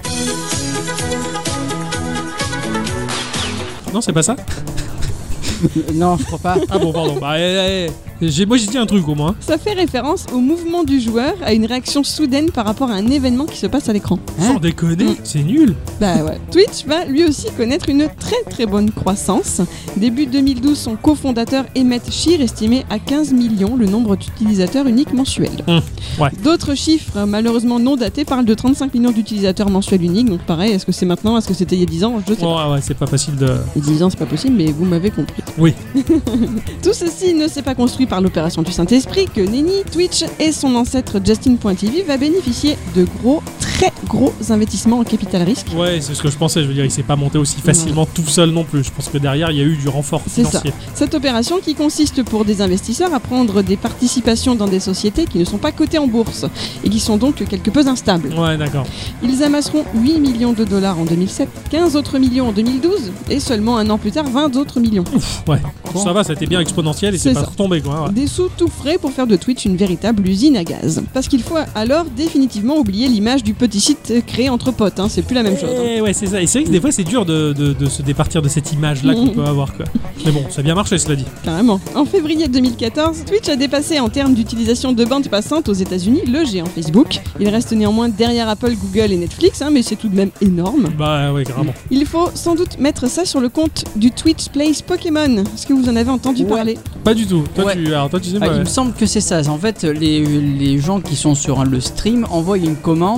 Non, c'est pas ça. Non, je crois pas. Ah bon, pardon. Bah, moi j'ai dit un truc au moins. Ça fait référence au mouvement du joueur, à une réaction soudaine par rapport à un événement qui se passe à l'écran. Sans déconner, c'est nul. Bah ouais. Twitch va lui aussi connaître une très très bonne croissance. Début 2012, son cofondateur Emmett Shear estimait à 15 millions le nombre d'utilisateurs uniques mensuels. Ouais. D'autres chiffres, malheureusement non datés, parlent de 35 millions d'utilisateurs mensuels uniques. Donc pareil, est-ce que c'est maintenant, est-ce que c'était il y a 10 ans ? Je sais pas. Ouais, c'est pas facile de. Il y a 10 ans, c'est pas possible, mais vous m'avez compris. Oui. Tout ceci ne s'est pas construit par l'opération du Saint-Esprit que nenni Twitch et son ancêtre Justin.tv va bénéficier de très gros investissements en capital risque. Ouais, c'est ce que je pensais. Je veux dire, il s'est pas monté aussi facilement tout seul non plus. Je pense que derrière, il y a eu du renfort C'est ça. financier. Cette opération qui consiste pour des investisseurs à prendre des participations dans des sociétés qui ne sont pas cotées en bourse et qui sont donc quelque peu instables. Ouais, d'accord. Ils amasseront 8 millions de dollars en 2007, 15 autres millions en 2012 et seulement un an plus tard 20 autres millions. Ouais. Bon. Ça va, ça a été bien exponentiel et C'est c'est pas ça. retombé quoi. Ouais. Des sous tout frais pour faire de Twitch une véritable usine à gaz. Parce qu'il faut alors définitivement oublier l'image du petit site créé entre potes, hein. C'est plus la même chose. hein. Ouais, c'est ça. Et c'est vrai que des fois, c'est dur de se départir de cette image-là qu'on peut avoir quoi. Mais bon, ça a bien marché, cela dit. Carrément. En février 2014, Twitch a dépassé en termes d'utilisation de bande passante aux États-Unis le géant Facebook. Il reste néanmoins derrière Apple, Google et Netflix, hein, mais c'est tout de même énorme. Bah ouais, carrément. Il faut sans doute mettre ça sur le compte du Twitch Plays Pokémon. Est-ce que vous en avez entendu Ouais. parler ? Pas du tout. Toi, Ouais. alors, toi, tu sais Ah, pas. il me semble que c'est ça. En fait, les gens qui sont sur le stream envoient une commande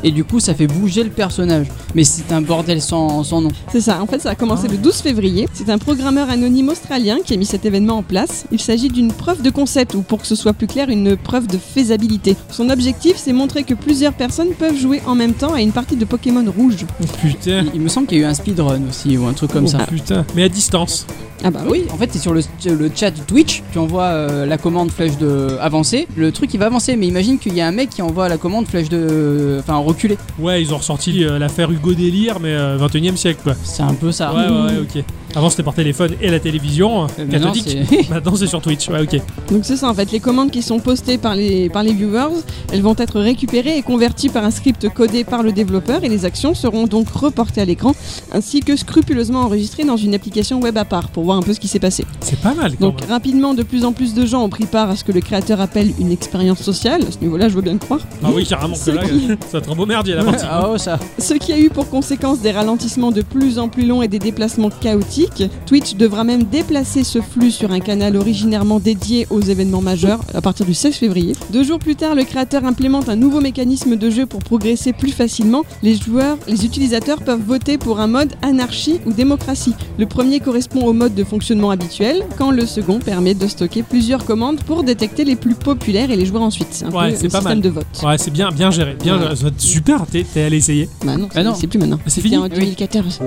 et du coup ça fait bouger le personnage. Mais c'est un bordel sans nom. C'est ça, en fait ça a commencé le 12 février. C'est un programmeur anonyme australien qui a mis cet événement en place. Il s'agit d'une preuve de concept, ou pour que ce soit plus clair, une preuve de faisabilité. Son objectif, c'est montrer que plusieurs personnes peuvent jouer en même temps à une partie de Pokémon rouge. Oh, putain. Il me semble qu'il y a eu un speedrun aussi, ou un truc comme ça. Putain. Mais à distance. Ah bah oui. Oui, en fait, t'es sur le chat Twitch, tu envoies la commande flèche de avancer. Le truc il va avancer, mais imagine qu'il y a un mec qui envoie la commande flèche de. Enfin, reculer. Ouais, ils ont ressorti l'affaire Hugo Délire, mais 21e siècle, quoi. C'est un peu ça. Ouais, ok. Avant, c'était par téléphone et la télévision cathodique. Maintenant, c'est sur Twitch. Ouais, ok. Donc c'est ça en fait, les commandes qui sont postées par les viewers, elles vont être récupérées et converties par un script codé par le développeur et les actions seront donc reportées à l'écran ainsi que scrupuleusement enregistrées dans une application web à part pour voir un peu ce qui s'est passé. C'est pas mal quand Donc même. rapidement, de plus en plus de gens ont pris part à ce que le créateur appelle une expérience sociale. À ce niveau-là, je veux bien le croire. Ah oui, carrément que là, ça va être un beau merdier la partie. Ah oh, ça. Ce qui a eu pour conséquence des ralentissements de plus en plus longs et des déplacements chaotiques. Twitch devra même déplacer ce flux sur un canal originairement dédié aux événements majeurs à partir du 16 février. 2 jours plus tard, le créateur implémente un nouveau mécanisme de jeu pour progresser plus facilement. Les utilisateurs peuvent voter pour un mode anarchie ou démocratie. Le premier correspond au mode de fonctionnement habituel, quand le second permet de stocker plusieurs commandes pour détecter les plus populaires et les jouer ensuite. C'est un peu un c'est pas système mal. de vote. Ouais, c'est bien géré. Bien, Ouais. super, t'es allé essayer. Bah non, Ah non. c'est plus maintenant. C'est C'était fini en 2014.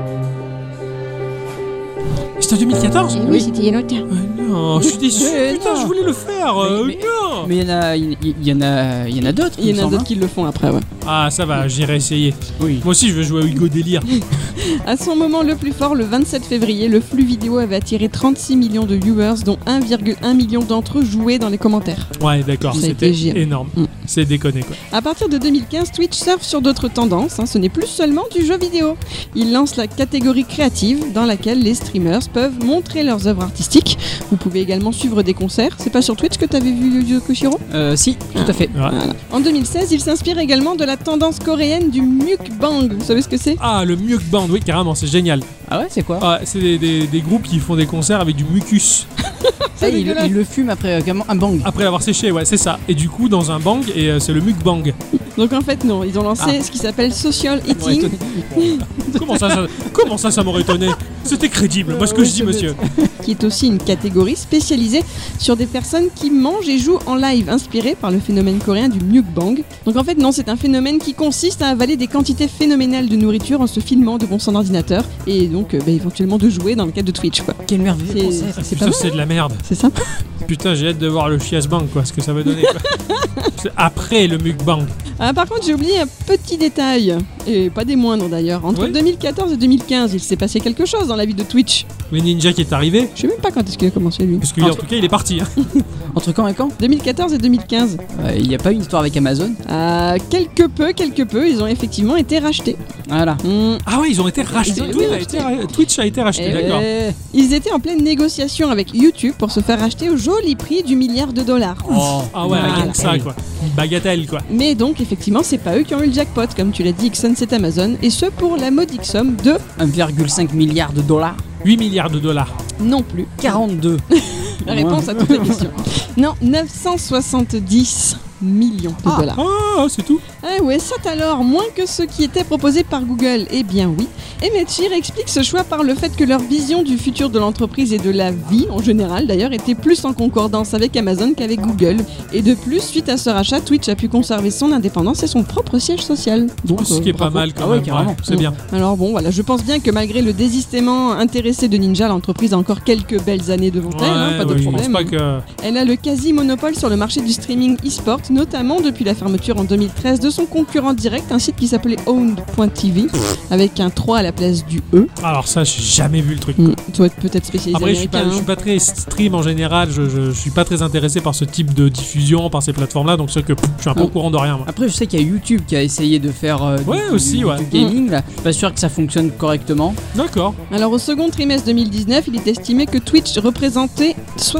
C'était en 2014 Oui, c'était il y a longtemps. Non, je suis déçu. Mais Putain, non. je voulais le faire. Mais- Non. Mais il y en a d'autres. Il y en me a semble, d'autres qui le font après, ouais. Ah, ça va, j'irai essayer. Oui. Moi aussi, je veux jouer à Hugo Délire. À son moment le plus fort, le 27 février, le flux vidéo avait attiré 36 millions de viewers, dont 1,1 million d'entre eux jouaient dans les commentaires. Ouais, d'accord, Ça a c'était été géré. énorme. Mm. C'est déconné, quoi. À partir de 2015, Twitch surfe sur d'autres tendances, ce n'est plus seulement du jeu vidéo. Il lance la catégorie créative, dans laquelle les streamers peuvent montrer leurs œuvres artistiques. Vous pouvez également suivre des concerts. C'est pas sur Twitch que t'avais vu Yu Koshiro ? Si, tout à fait. Ouais. Voilà. En 2016, il s'inspire également de la tendance coréenne du mukbang. Vous savez ce que c'est ? Ah, le mukbang, oui, carrément, c'est génial. Ah ouais, c'est quoi Ah, c'est des groupes qui font des concerts avec du mucus. Ça, il le fume après un bang. Après l'avoir séché, ouais, c'est ça. Et du coup, dans un bang, et c'est le mukbang. Donc en fait, non, ils ont lancé ce qui s'appelle social eating. Comment ça m'aurait étonné. C'était crédible, moi ce que je dis, monsieur. Qui est aussi une catégorie spécialisée sur des personnes qui mangent et jouent en live, inspirée par le phénomène coréen du mukbang. Donc en fait, non, c'est un phénomène qui consiste à avaler des quantités phénoménales de nourriture en se filmant devant son ordinateur et donc éventuellement de jouer dans le cadre de Twitch, quoi. Quel merveilleux C'est- concept. c'est Putain, pas c'est de la merde. C'est ça. Putain, j'ai hâte de voir le chiasbang, quoi, ce que ça va donner, quoi. C'est après le mukbang. Ah, par contre, j'ai oublié un petit détail, et pas des moindres d'ailleurs. Entre Oui. 2014 et 2015, il s'est passé quelque chose dans la vie de Twitch. Le ninja qui est arrivé, Je sais même pas quand est-ce qu'il a commencé lui. parce qu'en tout cas, il est parti. Hein. Entre quand et quand 2014 et 2015. Il n'y a pas une histoire avec Amazon. Quelque peu, ils ont effectivement été rachetés. Voilà. Ah ouais, ils ont été rachetés. Ils ont été Twitch a été racheté, Eh d'accord. Ils étaient en pleine négociation avec YouTube pour se faire racheter au joli prix du $1 milliard. Oh. Ah ouais, Voilà. rien que ça, quoi. Une bagatelle, quoi. Mais donc, effectivement, c'est pas eux qui ont eu le jackpot, comme tu l'as dit, Ixon, c'est Amazon, et ce pour la modique somme de 1,5 milliard de dollars. 8 milliards de dollars. non plus. 42. La réponse à toutes les questions. Non, 970 millions de dollars. Ah, c'est tout. Ah ouais, ça alors, moins que ce qui était proposé par Google. Eh bien oui. Et Mechir explique ce choix par le fait que leur vision du futur de l'entreprise et de la vie en général d'ailleurs était plus en concordance avec Amazon qu'avec Google. Et de plus, suite à ce rachat, Twitch a pu conserver son indépendance et son propre siège social. Donc, Ce qui est pas bravo. mal, quand Ah ouais, même. carrément. C'est bien. Alors bon, voilà, je pense bien que malgré le désistement intéressé de Ninja, l'entreprise a encore quelques belles années devant elle, hein, pas de ouais, je pense problème. pas que... Elle a le quasi-monopole sur le marché du streaming e-sport, notamment depuis la fermeture en 2013 de son concurrent direct, un site qui s'appelait Owned.tv, avec un 3 à la place du E. Alors ça, j'ai jamais vu le truc. Tu dois être peut-être spécialisé Après, je américain. suis pas très stream en général, je suis pas très intéressé par ce type de diffusion, par ces plateformes-là, donc c'est que je suis un peu au courant de rien, moi. Après, je sais qu'il y a YouTube qui a essayé de faire Ouais, aussi, ouais. du gaming. Là. Je suis pas sûr que ça fonctionne correctement. D'accord. Alors au second trimestre 2019, il est estimé que Twitch représentait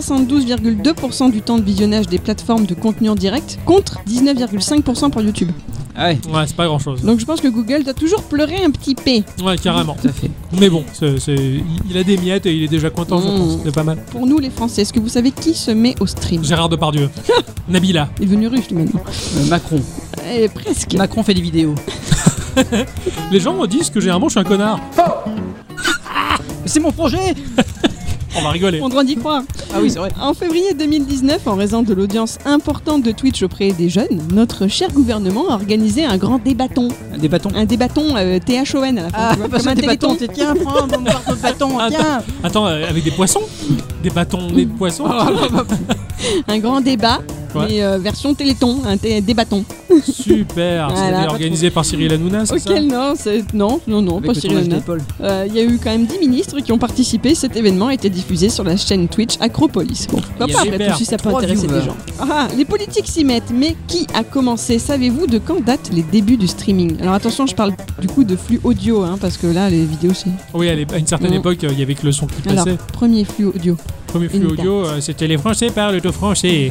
72,2% du temps de visionnage des plateformes de contenu en direct, contre 19,5% pour YouTube. Ah ouais, Ouais, c'est pas grand chose. Donc je pense que Google doit toujours pleurer un petit P. Ouais, carrément. tout à fait. Mais bon, il a des miettes et il est déjà content, je pense. C'est pas mal. Pour nous les Français, est-ce que vous savez qui se met au stream ? Gérard Depardieu. Nabila. Il est devenu russe lui maintenant. Macron. presque. Macron fait des vidéos. Les gens me disent que généralement je suis un connard. C'est mon projet. On va rigoler. On doit y croire. Ah oui, c'est vrai. En février 2019, en raison de l'audience importante de Twitch auprès des jeunes, notre cher gouvernement a organisé un grand débatton. Des bâtons. Un débatton THON à la fin. Ah, tu vois, parce comme que un des bâtons. téléthon. Tiens, prends mon marteau de bâton. Tiens. Attends, avec des poissons? Des bâtons nés de poissons? Un grand débat, Ouais. mais version téléthon, débatton. Super. Voilà, C'était pas organisé par Cyril Hanouna, c'est ça? Auquel non, Avec pas le Cyril tournage Hanouna. d'épaule. Il y a eu quand même 10 ministres qui ont participé. Cet événement a été diffusé sur la chaîne Twitch Acropolis. Bon, pourquoi Il y pas a après super. tout si ça peut 3 intéresser des viewers. gens. Ah, les politiques s'y mettent, mais qui a commencé? Savez-vous de quand datent les débuts du streaming? Alors attention, je parle du coup de flux audio, hein, parce que là, les vidéos, c'est... Oui, à une certaine Mm. époque, il y avait que le son qui Alors, passait. premier flux audio. Premier flux une audio, c'était les Français parlent au français.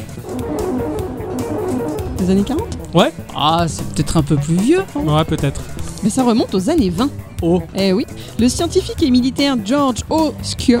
Des années 40? Ouais? Ah, c'est peut-être un peu plus vieux. Ouais, peut-être. Mais ça remonte aux années 20. Oh. Eh oui, le scientifique et militaire George Oskur,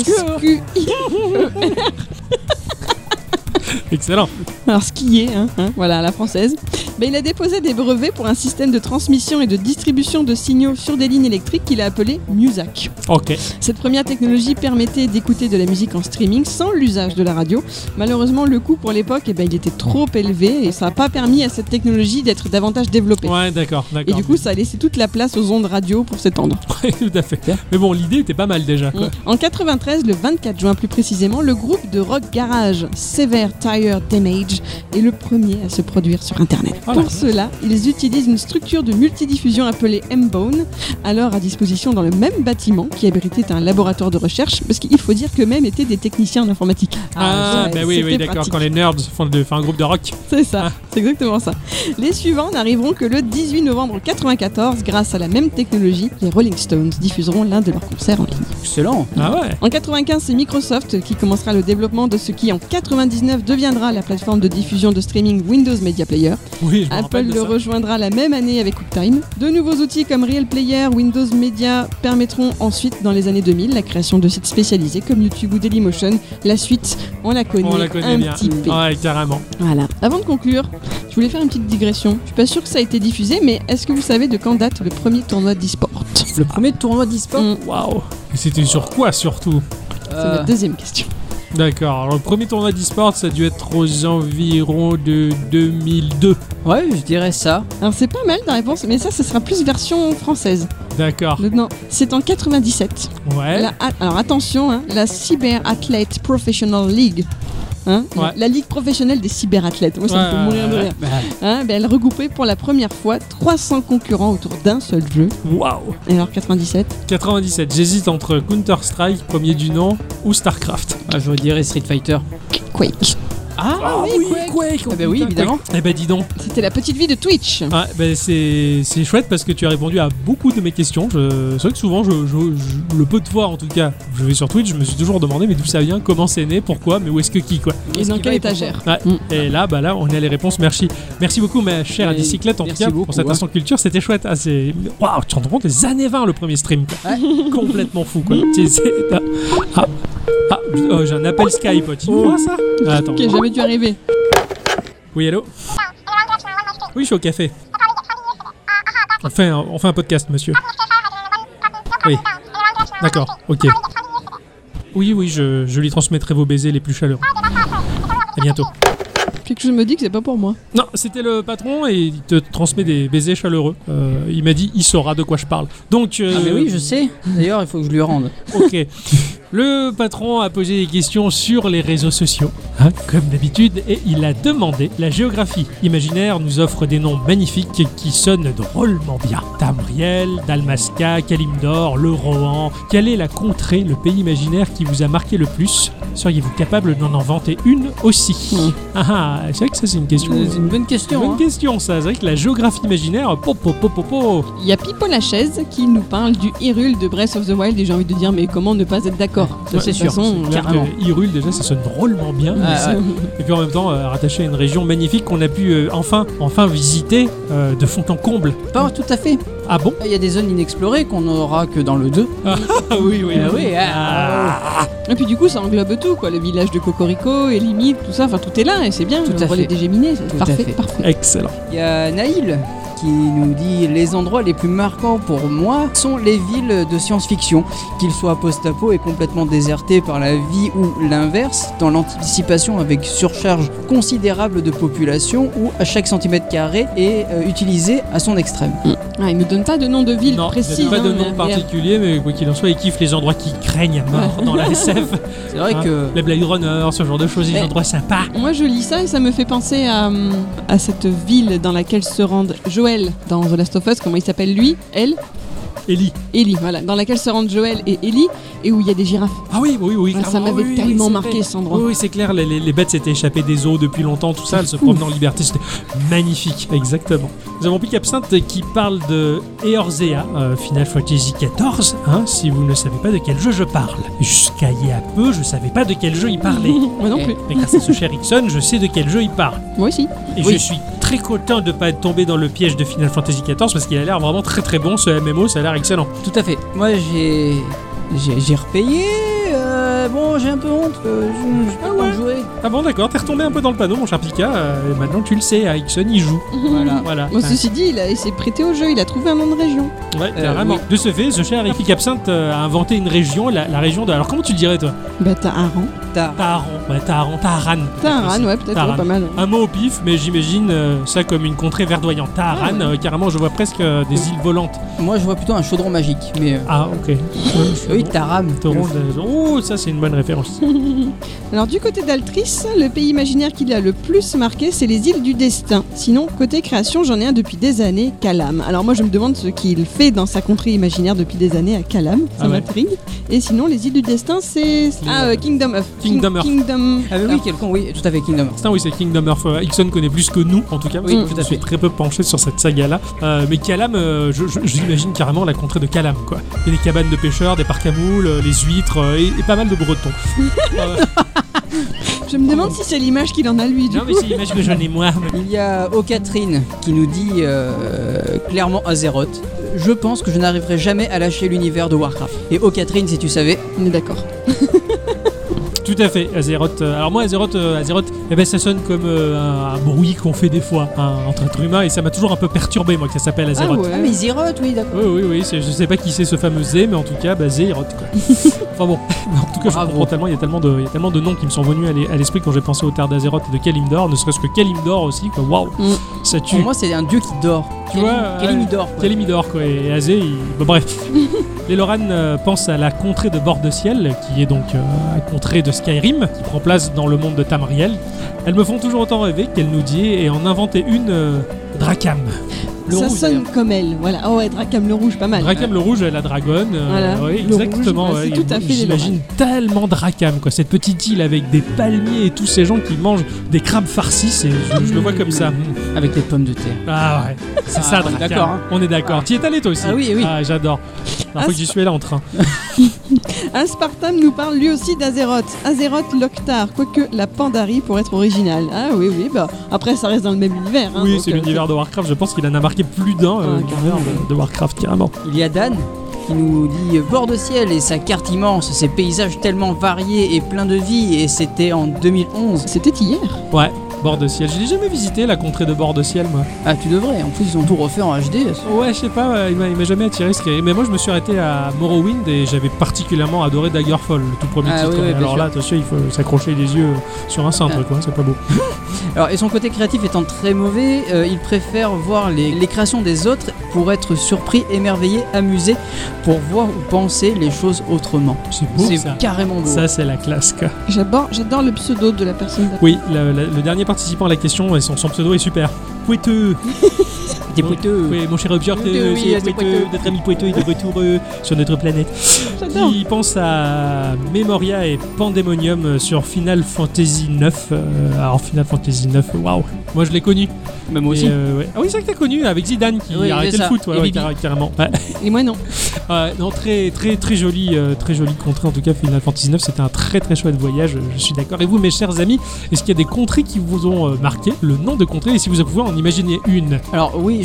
Excellent. alors skier, voilà, à la française. Ben, il a déposé des brevets pour un système de transmission et de distribution de signaux sur des lignes électriques qu'il a appelé MUSAC. Ok. Cette première technologie permettait d'écouter de la musique en streaming sans l'usage de la radio. Malheureusement, le coût pour l'époque, il était trop élevé et ça n'a pas permis à cette technologie d'être davantage développée. Ouais, d'accord. Et du coup, ça a laissé toute la place aux ondes radio pour s'étendre. Ouais, tout à fait. Mais bon, l'idée était pas mal déjà, quoi. En 93, le 24 juin plus précisément, le groupe de rock garage Severe Tire Damage est le premier à se produire sur Internet. Oh la Pour cela, ils utilisent une structure de multidiffusion appelée M-Bone, alors à disposition dans le même bâtiment qui abritait un laboratoire de recherche, parce qu'il faut dire qu'eux-mêmes étaient des techniciens en informatique. Ah, ouais, bah oui, c'était d'accord. pratique. Quand les nerds font un groupe de rock. C'est ça, c'est exactement ça. Les suivants n'arriveront que le 18 novembre 94, grâce à la même technologie, les Rolling Stones diffuseront l'un de leurs concerts en ligne. Excellent. Ah ouais. En 95, c'est Microsoft qui commencera le développement de ce qui en 99 deviendra la plateforme de diffusion de streaming Windows Media Player. Oui, je me Apple rappelle de le ça. rejoindra la même année avec QuickTime. De nouveaux outils comme Real Player, Windows Media permettront ensuite dans les années 2000 la création de sites spécialisés comme YouTube ou Dailymotion. La suite, on la connaît, On la connaît un bien. petit peu. Ouais, carrément. Voilà. Avant de conclure, je voulais faire une petite digression. Je suis pas sûr que ça a été diffusé, mais est-ce que vous savez de quand date le premier tournoi d'e-sport? Le premier tournoi d'e-sport. Waouh. Et c'était sur quoi surtout? C'est ma deuxième question. D'accord. Alors, le premier tournoi d'e-sport, ça a dû être aux environs de 2002. Ouais, je dirais ça. Alors c'est pas mal ta réponse, mais ça sera plus version française. D'accord. Non, c'est en 97. Ouais. Alors attention, la Cyber Athlete Professional League. Ouais. La ligue professionnelle des cyberathlètes. Moi, ça me fait mourir de rire. Elle regroupait pour la première fois 300 concurrents autour d'un seul jeu. Waouh. Et alors 97? 97. J'hésite entre Counter-Strike, premier du nom, ou StarCraft. Ah, je dirais Street Fighter. Quake. Ah, oui, Quake. Ah bah oui, évidemment. Eh ben dis donc. C'était la petite vie de Twitch. Ah, ben c'est chouette parce que tu as répondu à beaucoup de mes questions. C'est vrai que souvent, le peu de fois en tout cas, je vais sur Twitch, je me suis toujours demandé mais d'où ça vient, comment c'est né, pourquoi, mais où est-ce que qui quoi. Et dans quelle étagère? Ouais. Et là, on a les réponses. Merci beaucoup ma chère bicyclette en tout cas pour cette instant culture, c'était chouette. Ah, c'est waouh, tu te rends compte les années 20 le premier stream. Quoi. Complètement fou quoi. J'ai un appel Skype. Tu vois ça? Attends. Qui a jamais dû arriver. Oui, allô? Oui, je suis au café. On fait un podcast, monsieur. Oui. D'accord, ok. Oui, je lui transmettrai vos baisers les plus chaleureux. À bientôt. Quelque chose me dit que c'est pas pour moi. Non, c'était le patron et il te transmet des baisers chaleureux. Il m'a dit, il saura de quoi je parle. Donc. Ah, mais oui, je sais. D'ailleurs, il faut que je lui rende. Ok. Le patron a posé des questions sur les réseaux sociaux, comme d'habitude, et il a demandé. La géographie imaginaire nous offre des noms magnifiques qui sonnent drôlement bien. Tamriel, Dalmasca, Kalimdor, le Rohan. Quelle est la contrée, le pays imaginaire qui vous a marqué le plus? Seriez-vous capable d'en inventer une aussi? C'est vrai que ça c'est une question. C'est une bonne question. Bonne question ça. C'est vrai que la géographie imaginaire, Il y a Pipo la chaise qui nous parle du Hyrule de Breath of the Wild et j'ai envie de dire mais comment ne pas être d'accord? Ça, c'est sûr. Carrément. Hyrule déjà ça sonne drôlement bien. Et puis en même temps rattaché à une région magnifique qu'on a pu enfin visiter de fond en comble. Pas tout à fait. Ah bon? Il y a des zones inexplorées qu'on n'aura que dans le 2. Ah oui, oui, Ah oui. oui, Et puis du coup, ça englobe tout, quoi. Le village de Cocorico, et limite, tout ça. Enfin, tout est là et c'est bien. Tout à On voit les fait. dégéminés, c'est Tout à parfait, fait. parfait. Excellent. Il y a Naïl qui nous dit les endroits les plus marquants pour moi sont les villes de science-fiction, qu'ils soient post-apo et complètement désertés par la vie ou l'inverse, dans l'anticipation avec surcharge considérable de population où à chaque centimètre carré est utilisé à son extrême. Ah, il ne donne pas de nom de ville Non, précis. il n'y a pas de hein, nom mais- particulier, mais quoi qu'il en soit, il kiffe les endroits qui craignent à mort dans la SF. C'est vrai Hein, que les Blade Runner, ce genre de choses, des Mais- endroits sympas. Moi, je lis ça et ça me fait penser à cette ville dans laquelle se rendent Joël dans The Last of Us. Comment il s'appelle lui? Ellie. Ellie, voilà. Dans laquelle se rendent Joël et Ellie et où il y a des girafes. Ah oui, oui, oui. Ah, ça clairement, m'avait oui, tellement c'est marqué vrai. cet endroit. Oui, oui, c'est clair, les bêtes s'étaient échappées des eaux depuis longtemps, tout ça, elles se promenaient en liberté, c'était magnifique, exactement. Nous avons Pic Absinthe qui parle de Eorzea, Final Fantasy XIV, hein, si vous ne savez pas de quel jeu je parle. Jusqu'à il y a peu, je savais pas de quel jeu il parlait. Moi non plus. Mais grâce à ce cher Ixon, je sais de quel jeu il parle. Moi aussi. Et Oui. je suis très content de ne pas être tombé dans le piège de Final Fantasy XIV parce qu'il a l'air vraiment très très bon, ce MMO, ça a l'air excellent. tout à fait. Moi j'ai repayé. Bon, j'ai un peu honte. Je peux pas jouer. Ah bon, d'accord, t'es retombé un peu dans le panneau, mon cher Pika, et maintenant tu le sais, Ixon il joue. Voilà. Bon, ceci dit, il s'est prêté au jeu, il a trouvé un nom de région. Ouais, carrément. oui. De ce fait, ce cher Pic Absinthe a inventé une région, la région de. Alors comment tu le dirais toi? Bah, t'as un rang. Taran. Taharan. T'as un ran, ouais, peut-être, Taharan. ouais, pas mal. Un mot au pif, mais j'imagine ça comme une contrée verdoyante. Taharan, carrément, je vois presque des îles volantes. Moi je vois plutôt un chaudron magique. Mais Ah, ok. oui, Taram. Oh, ça c'est une bonne référence. Alors, du côté d'Altrice, le pays imaginaire qui l'a le plus marqué, c'est les îles du destin. Sinon, côté création, j'en ai un depuis des années, Kalam. Alors, moi, je me demande ce qu'il fait dans sa contrée imaginaire depuis des années à Kalam. Ça Ah ouais. m'intrigue. Et sinon, les îles du destin, c'est. Kingdom Earth. Kingdom Earth. Kingdom. Ah oui, quel con, oui, tout à fait, Kingdom Hearts. Putain, oui, c'est Kingdom Hearts. Ixon connaît plus que nous, en tout cas. Parce Oui, que tout à je suis fait. très peu penché sur cette saga-là. Mais Kalam, j'imagine carrément la contrée de Kalam, quoi. Il y a des cabanes de pêcheurs, des parcs à moules, les huîtres et pas mal de bretons. Je me demande si c'est l'image qu'il en a lui. Du Non, mais coup. c'est l'image que j'en ai moi. Il y a Catherine qui nous dit clairement Azeroth. Je pense que je n'arriverai jamais à lâcher l'univers de Warcraft. Et Catherine, si tu savais. On est d'accord. Tout à fait, Azeroth. Alors moi, Azeroth, eh ben, ça sonne comme un bruit qu'on fait des fois entre êtres humains et ça m'a toujours un peu perturbé, moi, que ça s'appelle Azeroth. Ah ouais. Ah, mais Zeroth, oui, d'accord. Oui, je sais pas qui c'est ce fameux Zé, mais en tout cas, bah, Zeroth, quoi. Enfin bon, en tout cas, je Bravo. comprends tellement, il y a tellement de noms qui me sont venus à l'esprit quand j'ai pensé aux terres d'Azeroth et de Kalimdor, ne serait-ce que Kalimdor aussi, quoi. Waouh, ça tue. Pour moi, c'est un dieu qui dort. Tu vois, Kalimidor. quoi. Kalimidor, quoi, et Azé, bon, bref. Les Loran pensent à la contrée de Bord de Ciel, qui est donc la contrée de Skyrim, qui prend place dans le monde de Tamriel. Elles me font toujours autant rêver qu'elle nous dit et en inventer une Drakam. Le ça rouge, sonne d'ailleurs. comme elle. Voilà. Oh ouais, Drakam le rouge, pas mal. Drakam le rouge, la dragonne. Voilà. Oui, Le exactement. rouge, bah, c'est ouais. tout à fait les J'imagine tellement Drakam, quoi. Cette petite île avec des palmiers et tous ces gens qui mangent des crabes farcis, je le vois comme ça. Avec les pommes de terre. Ah ouais, c'est ça, on est Drakam. d'accord, hein. On est d'accord. Tu y es allé toi aussi? Ah oui, oui. Ah, j'adore. La fois que j'y suis allé en train. Aspartam nous parle lui aussi d'Azeroth. Azeroth Loktar, quoique la Pandarie pour être originale. Ah oui, bah après ça reste dans le même univers. Hein, Oui, donc, c'est l'univers de Warcraft. Je pense qu'il en a marqué plus d'un, l'univers de Warcraft, carrément. Il y a Dan qui nous dit Bord de ciel et sa carte immense, ses paysages tellement variés et pleins de vie, et c'était en 2011. C'était hier. Ouais, Bord de Ciel. Je l'ai jamais visité, la contrée de Bord de Ciel, moi. Ah, tu devrais, en plus ils ont tout refait en HD. Ouais, je sais pas, il m'a jamais attiré Skyrim. Mais moi, je me suis arrêté à Morrowind et j'avais particulièrement adoré Daggerfall, le tout premier Ah titre. oui, oui, bien Alors sûr. là, attention, il faut s'accrocher les yeux sur un cintre, quoi. C'est pas beau. Alors, et son côté créatif étant très mauvais, il préfère voir les créations des autres pour être surpris, émerveillé, amusé, pour voir ou penser les choses autrement. C'est beau, C'est ça. carrément beau. Ça, c'est la classe, quoi. J'adore le pseudo de la personne d'après. Oui, le dernier participant à la question, et son pseudo est super. Poiteux. Des poiteux. Oui, mon cher Object, Poiteux, oui, c'est c'est Poiteux, Poiteux. notre ami Poiteux est de retour sur notre planète. J'adore. Il pense à Memoria et Pandemonium sur Final Fantasy 9. Alors Final Fantasy 9, waouh. Moi je l'ai connu. Bah, moi Et, aussi. ouais. Ah oui, c'est vrai que t'as connu avec Zidane qui Oui, a arrêté c'est le ça. foot, ouais, Et ouais, Bibi. carrément. Ouais. Et moi non. Non, très joli contrée en tout cas. Final Fantasy 9, c'était un très chouette voyage. Je suis d'accord. Et vous, mes chers amis, est-ce qu'il y a des contrées qui vous ont marqué, le nom de contrée, et si vous pouvez en imaginer une? Alors oui,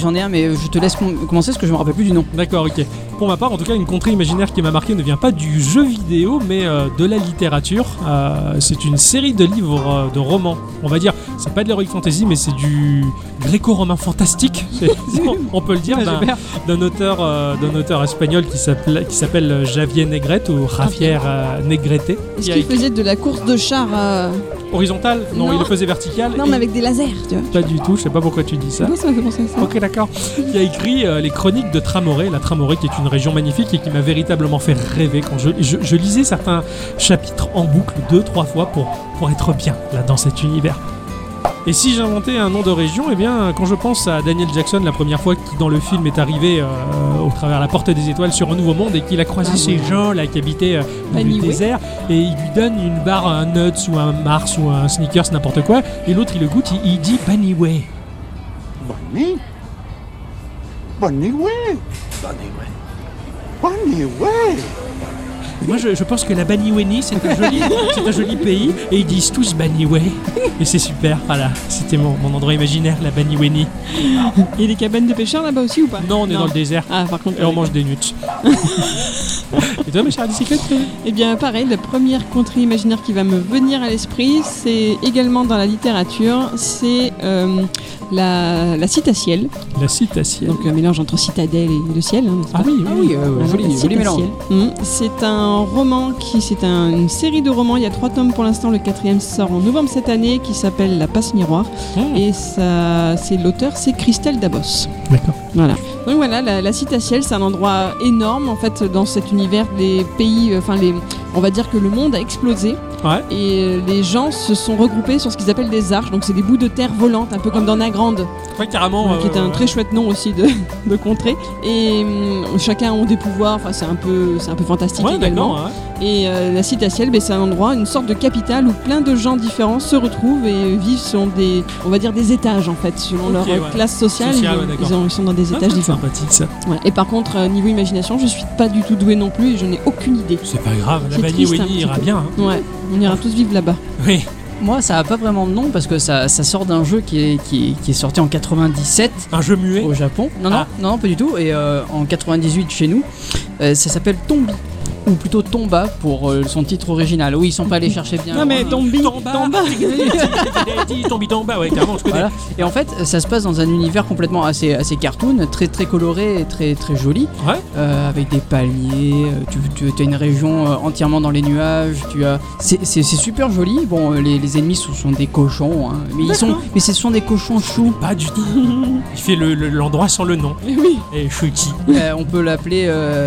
j'en ai un, mais je te laisse commencer parce que je me rappelle plus du nom. D'accord, ok. Pour ma part, en tout cas, une contrée imaginaire qui m'a marqué ne vient pas du jeu vidéo, mais de la littérature. C'est une série de livres, de romans. On va dire, c'est pas de l'heroic fantasy, mais c'est du gréco-romain fantastique. On peut le dire, d'un auteur espagnol qui s'appelle Javier Negrete ou Javier Negrete. Est-ce qu'il faisait de la course de char Horizontal ? Non, il le faisait vertical. Non, mais avec des lasers, tu vois. Pas du tout, je sais pas pourquoi tu dis ça. Moi, ça m'a fait penser à ça. Ok, d'accord. Il a écrit les chroniques de Tramoré, la Tramoré qui est une région magnifique et qui m'a véritablement fait rêver quand je lisais certains chapitres en boucle 2-3 fois pour être bien là dans cet univers. Et si j'inventais un nom de région, eh bien, quand je pense à Daniel Jackson, la première fois qui dans le film est arrivé au travers la porte des étoiles sur un nouveau monde et qu'il a croisé ces gens là qui habitaient dans le désert et il lui donne une barre, un Nuts ou un Mars ou un Snickers, n'importe quoi, et l'autre il le goûte, il dit Baniway. Bunny? Baniway? Baniway? Moi je pense que la Baniweni c'est un joli pays et ils disent tous Baniway et c'est super, voilà, c'était mon endroit imaginaire, la Baniweni. Et les cabanes de pêcheurs là-bas aussi ou pas? Non, on est dans le désert. Ah, par contre. Et on mange des nuts. Et toi, ma chère bicyclette? Eh bien, pareil, la première contrée imaginaire qui va me venir à l'esprit, c'est également dans la littérature, c'est la citaciel. La citaciel. Donc, un mélange entre citadelle et le ciel. Hein, ah oui, joli mélange. C'est un roman c'est une série de romans. Il y a 3 tomes pour l'instant. Le 4e sort en novembre cette année, qui s'appelle La Passe Miroir. Et l'auteur, c'est Christelle Dabos. D'accord. Voilà. Donc voilà, la citaciel, c'est un endroit énorme en fait dans cet univers des pays. On va dire que le monde a explosé. Ouais. Et les gens se sont regroupés sur ce qu'ils appellent des arches. Donc c'est des bouts de terre volantes, un peu comme dans Nagrande. Ouais, carrément. Qui est un très chouette nom aussi de contrée. Et chacun a des pouvoirs. Enfin, c'est un peu fantastique également. Ouais. Et la citaciel, c'est un endroit, une sorte de capitale où plein de gens différents se retrouvent et vivent sur on va dire des étages en fait, selon leur classe sociale. Ils sont dans des étages différents. Sympathique ça. Ouais. Et par contre, niveau imagination, je suis pas du tout douée non plus et je n'ai aucune idée. C'est pas grave, la Baniweni ira bien. Hein. Ouais, on ira tous vivre là-bas. Oui. Moi, ça a pas vraiment de nom parce que ça sort d'un jeu qui est sorti en 97. Un jeu muet au Japon. Non, pas du tout. Et en 98 chez nous, ça s'appelle Tombi. Ou plutôt Tomba pour son titre original. Oui, ils sont pas allés chercher bien. Non mais Tomba. Tomba, ouais, carrément, je connais. Voilà. Et en fait, ça se passe dans un univers complètement assez cartoon, très très coloré et très très joli. Ouais. Avec des palmiers. Tu as une région entièrement dans les nuages. C'est super joli. Bon, les ennemis sont des cochons, hein, mais ce sont des cochons choux. Pas du tout. Il fait l'endroit sans le nom. Oui. Et chouki. On peut l'appeler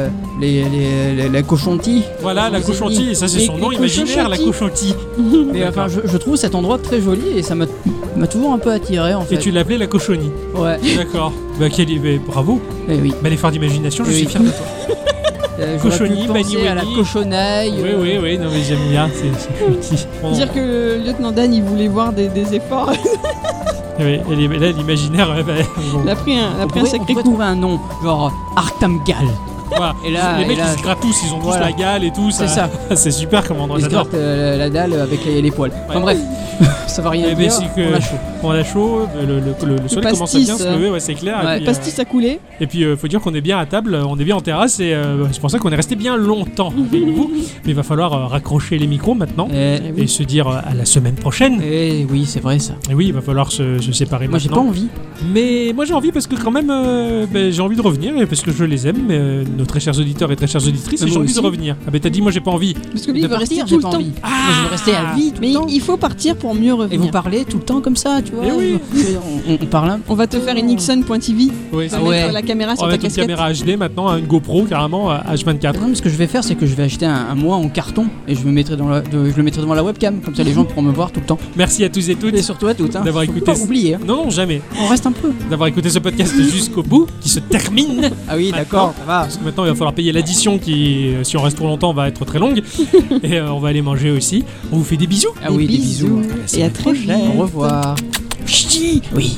la cochontie. Voilà, la cochontie, et ça c'est son nom imaginaire, la cochontie. Mais enfin, je trouve cet endroit très joli et ça m'a toujours un peu attiré en fait. Et tu l'appelais la cochonie. Ouais. D'accord. Bravo. Eh oui. L'effort d'imagination, je suis fier de toi. Cochonie, Baniweni. À la cochonaille. Oui, non mais j'aime bien, c'est chouki. Dire que le lieutenant Dan il voulait voir des efforts. Oui, et là l'imaginaire, bon. Il a pris un sacré coup. On pourrait trouver un nom, genre Arkham-Gal. Voilà. Et là, les mecs ils se grattent tous, ils ont tous la gale et tout. C'est ça. C'est super comme endroit. Ils se grattent la dalle avec les poils. Ouais. Enfin bref, ça va rien dire. On a chaud, le soleil commence à bien se lever, c'est clair. Ouais, le pastis a coulé. Et puis faut dire qu'on est bien à table, on est bien en terrasse et c'est pour ça qu'on est resté bien longtemps avec vous. Mais il va falloir raccrocher les micros maintenant et se dire à la semaine prochaine. Et oui, c'est vrai ça. Et oui, il va falloir se séparer moi, maintenant. Moi j'ai pas envie. Mais moi j'ai envie parce que quand même j'ai envie de revenir et parce que je les aime, nos très chers auditeurs et très chères auditrices, et j'ai envie de revenir. Ah ben t'as dit moi j'ai pas envie. Parce que lui il veut rester tout le temps. Ah, je veux rester à vie tout le temps. Mais il faut partir pour mieux revenir. Et vous parlez tout le temps comme ça, tu vois. Et oui. On parle un peu. On va te faire une Nixon.tv. Oui, on va mettre la caméra sur ta casquette. Une caméra HD maintenant, une GoPro carrément H24. Non, mais ce que je vais faire, c'est que je vais acheter un mois en carton et je le mettrai devant la webcam, comme ça les gens pourront me voir tout le temps. Merci à tous et toutes. Et surtout à toutes. D'avoir écouté. Pas oublier. Non, jamais. On reste un peu. D'avoir écouté ce podcast jusqu'au bout, qui se termine. Ah oui, d'accord, ça va. Parce que maintenant il va falloir payer l'addition qui, si on reste trop longtemps, va être très longue. Et on va aller manger aussi. On vous fait des bisous. Ah oui, des bisous. Et à très vite. Au revoir. Ch'ti. Oui.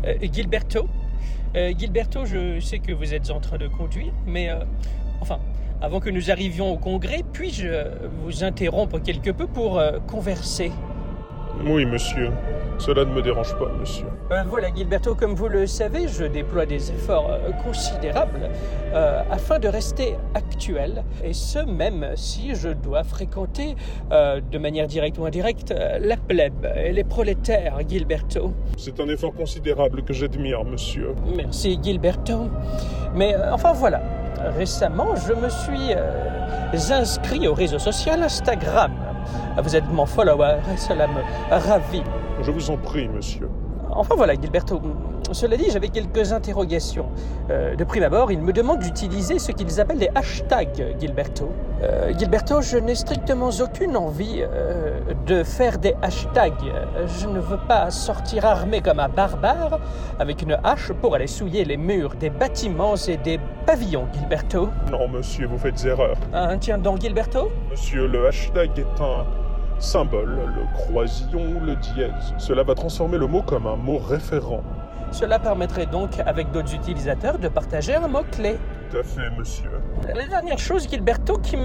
Gilberto, je sais que vous êtes en train de conduire, mais enfin, Avant que nous arrivions au congrès, puis-je vous interrompre quelque peu pour converser? Oui, monsieur. Cela ne me dérange pas, monsieur. Voilà, Gilberto, comme vous le savez, je déploie des efforts considérables afin de rester actuel, et ce même si je dois fréquenter, de manière directe ou indirecte, la plèbe et les prolétaires, Gilberto. C'est un effort considérable que j'admire, monsieur. Merci, Gilberto. Mais enfin voilà, récemment, je me suis inscrit au réseau social Instagram. Vous êtes mon follower et cela me ravit. Je vous en prie, monsieur. Enfin voilà, Gilberto. Cela dit, j'avais quelques interrogations. De prime abord, ils me demandent d'utiliser ce qu'ils appellent des hashtags, Gilberto. Gilberto, je n'ai strictement aucune envie de faire des hashtags. Je ne veux pas sortir armé comme un barbare avec une hache pour aller souiller les murs des bâtiments et des pavillons, Gilberto. Non, monsieur, vous faites erreur. Tiens donc, Gilberto. Monsieur, le hashtag est un symbole, le croisillon, le dièse. Cela va transformer le mot comme un mot référent. Cela permettrait donc, avec d'autres utilisateurs, de partager un mot-clé. Tout à fait, monsieur. La dernière chose, Gilberto, qui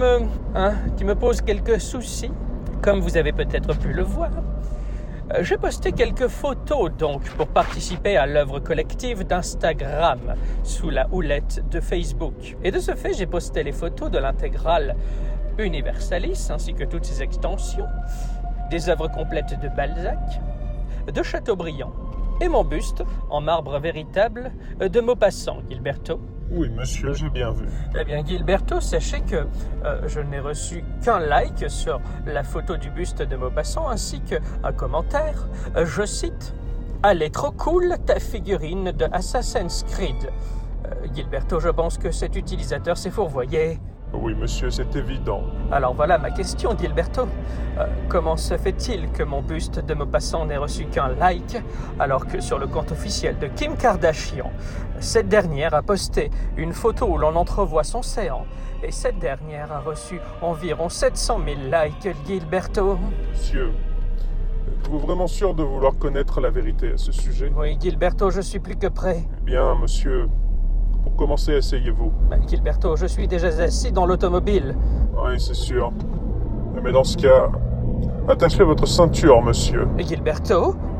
me pose quelques soucis, comme vous avez peut-être pu le voir, j'ai posté quelques photos, donc, pour participer à l'œuvre collective d'Instagram, sous la houlette de Facebook. Et de ce fait, j'ai posté les photos de l'intégrale Universalis, ainsi que toutes ses extensions, des œuvres complètes de Balzac, de Chateaubriand, et mon buste, en marbre véritable, de Maupassant, Gilberto. Oui, monsieur, j'ai bien vu. Eh bien, Gilberto, sachez que je n'ai reçu qu'un like sur la photo du buste de Maupassant, ainsi qu'un commentaire. Je cite « Elle est trop cool, ta figurine de Assassin's Creed ». Gilberto, je pense que cet utilisateur s'est fourvoyé. Oui, monsieur, c'est évident. Alors voilà ma question, Gilberto. Comment se fait-il que mon buste de Maupassant n'ait reçu qu'un like, alors que sur le compte officiel de Kim Kardashian, cette dernière a posté une photo où l'on entrevoit son séant, et cette dernière a reçu environ 700 000 likes, Gilberto? Monsieur, êtes-vous vraiment sûr de vouloir connaître la vérité à ce sujet? Oui, Gilberto, je suis plus que prêt. Eh bien, monsieur, pour commencer, asseyez-vous. Gilberto, je suis déjà assis dans l'automobile. Oui, c'est sûr. Mais dans ce cas, attachez votre ceinture, monsieur. Gilberto,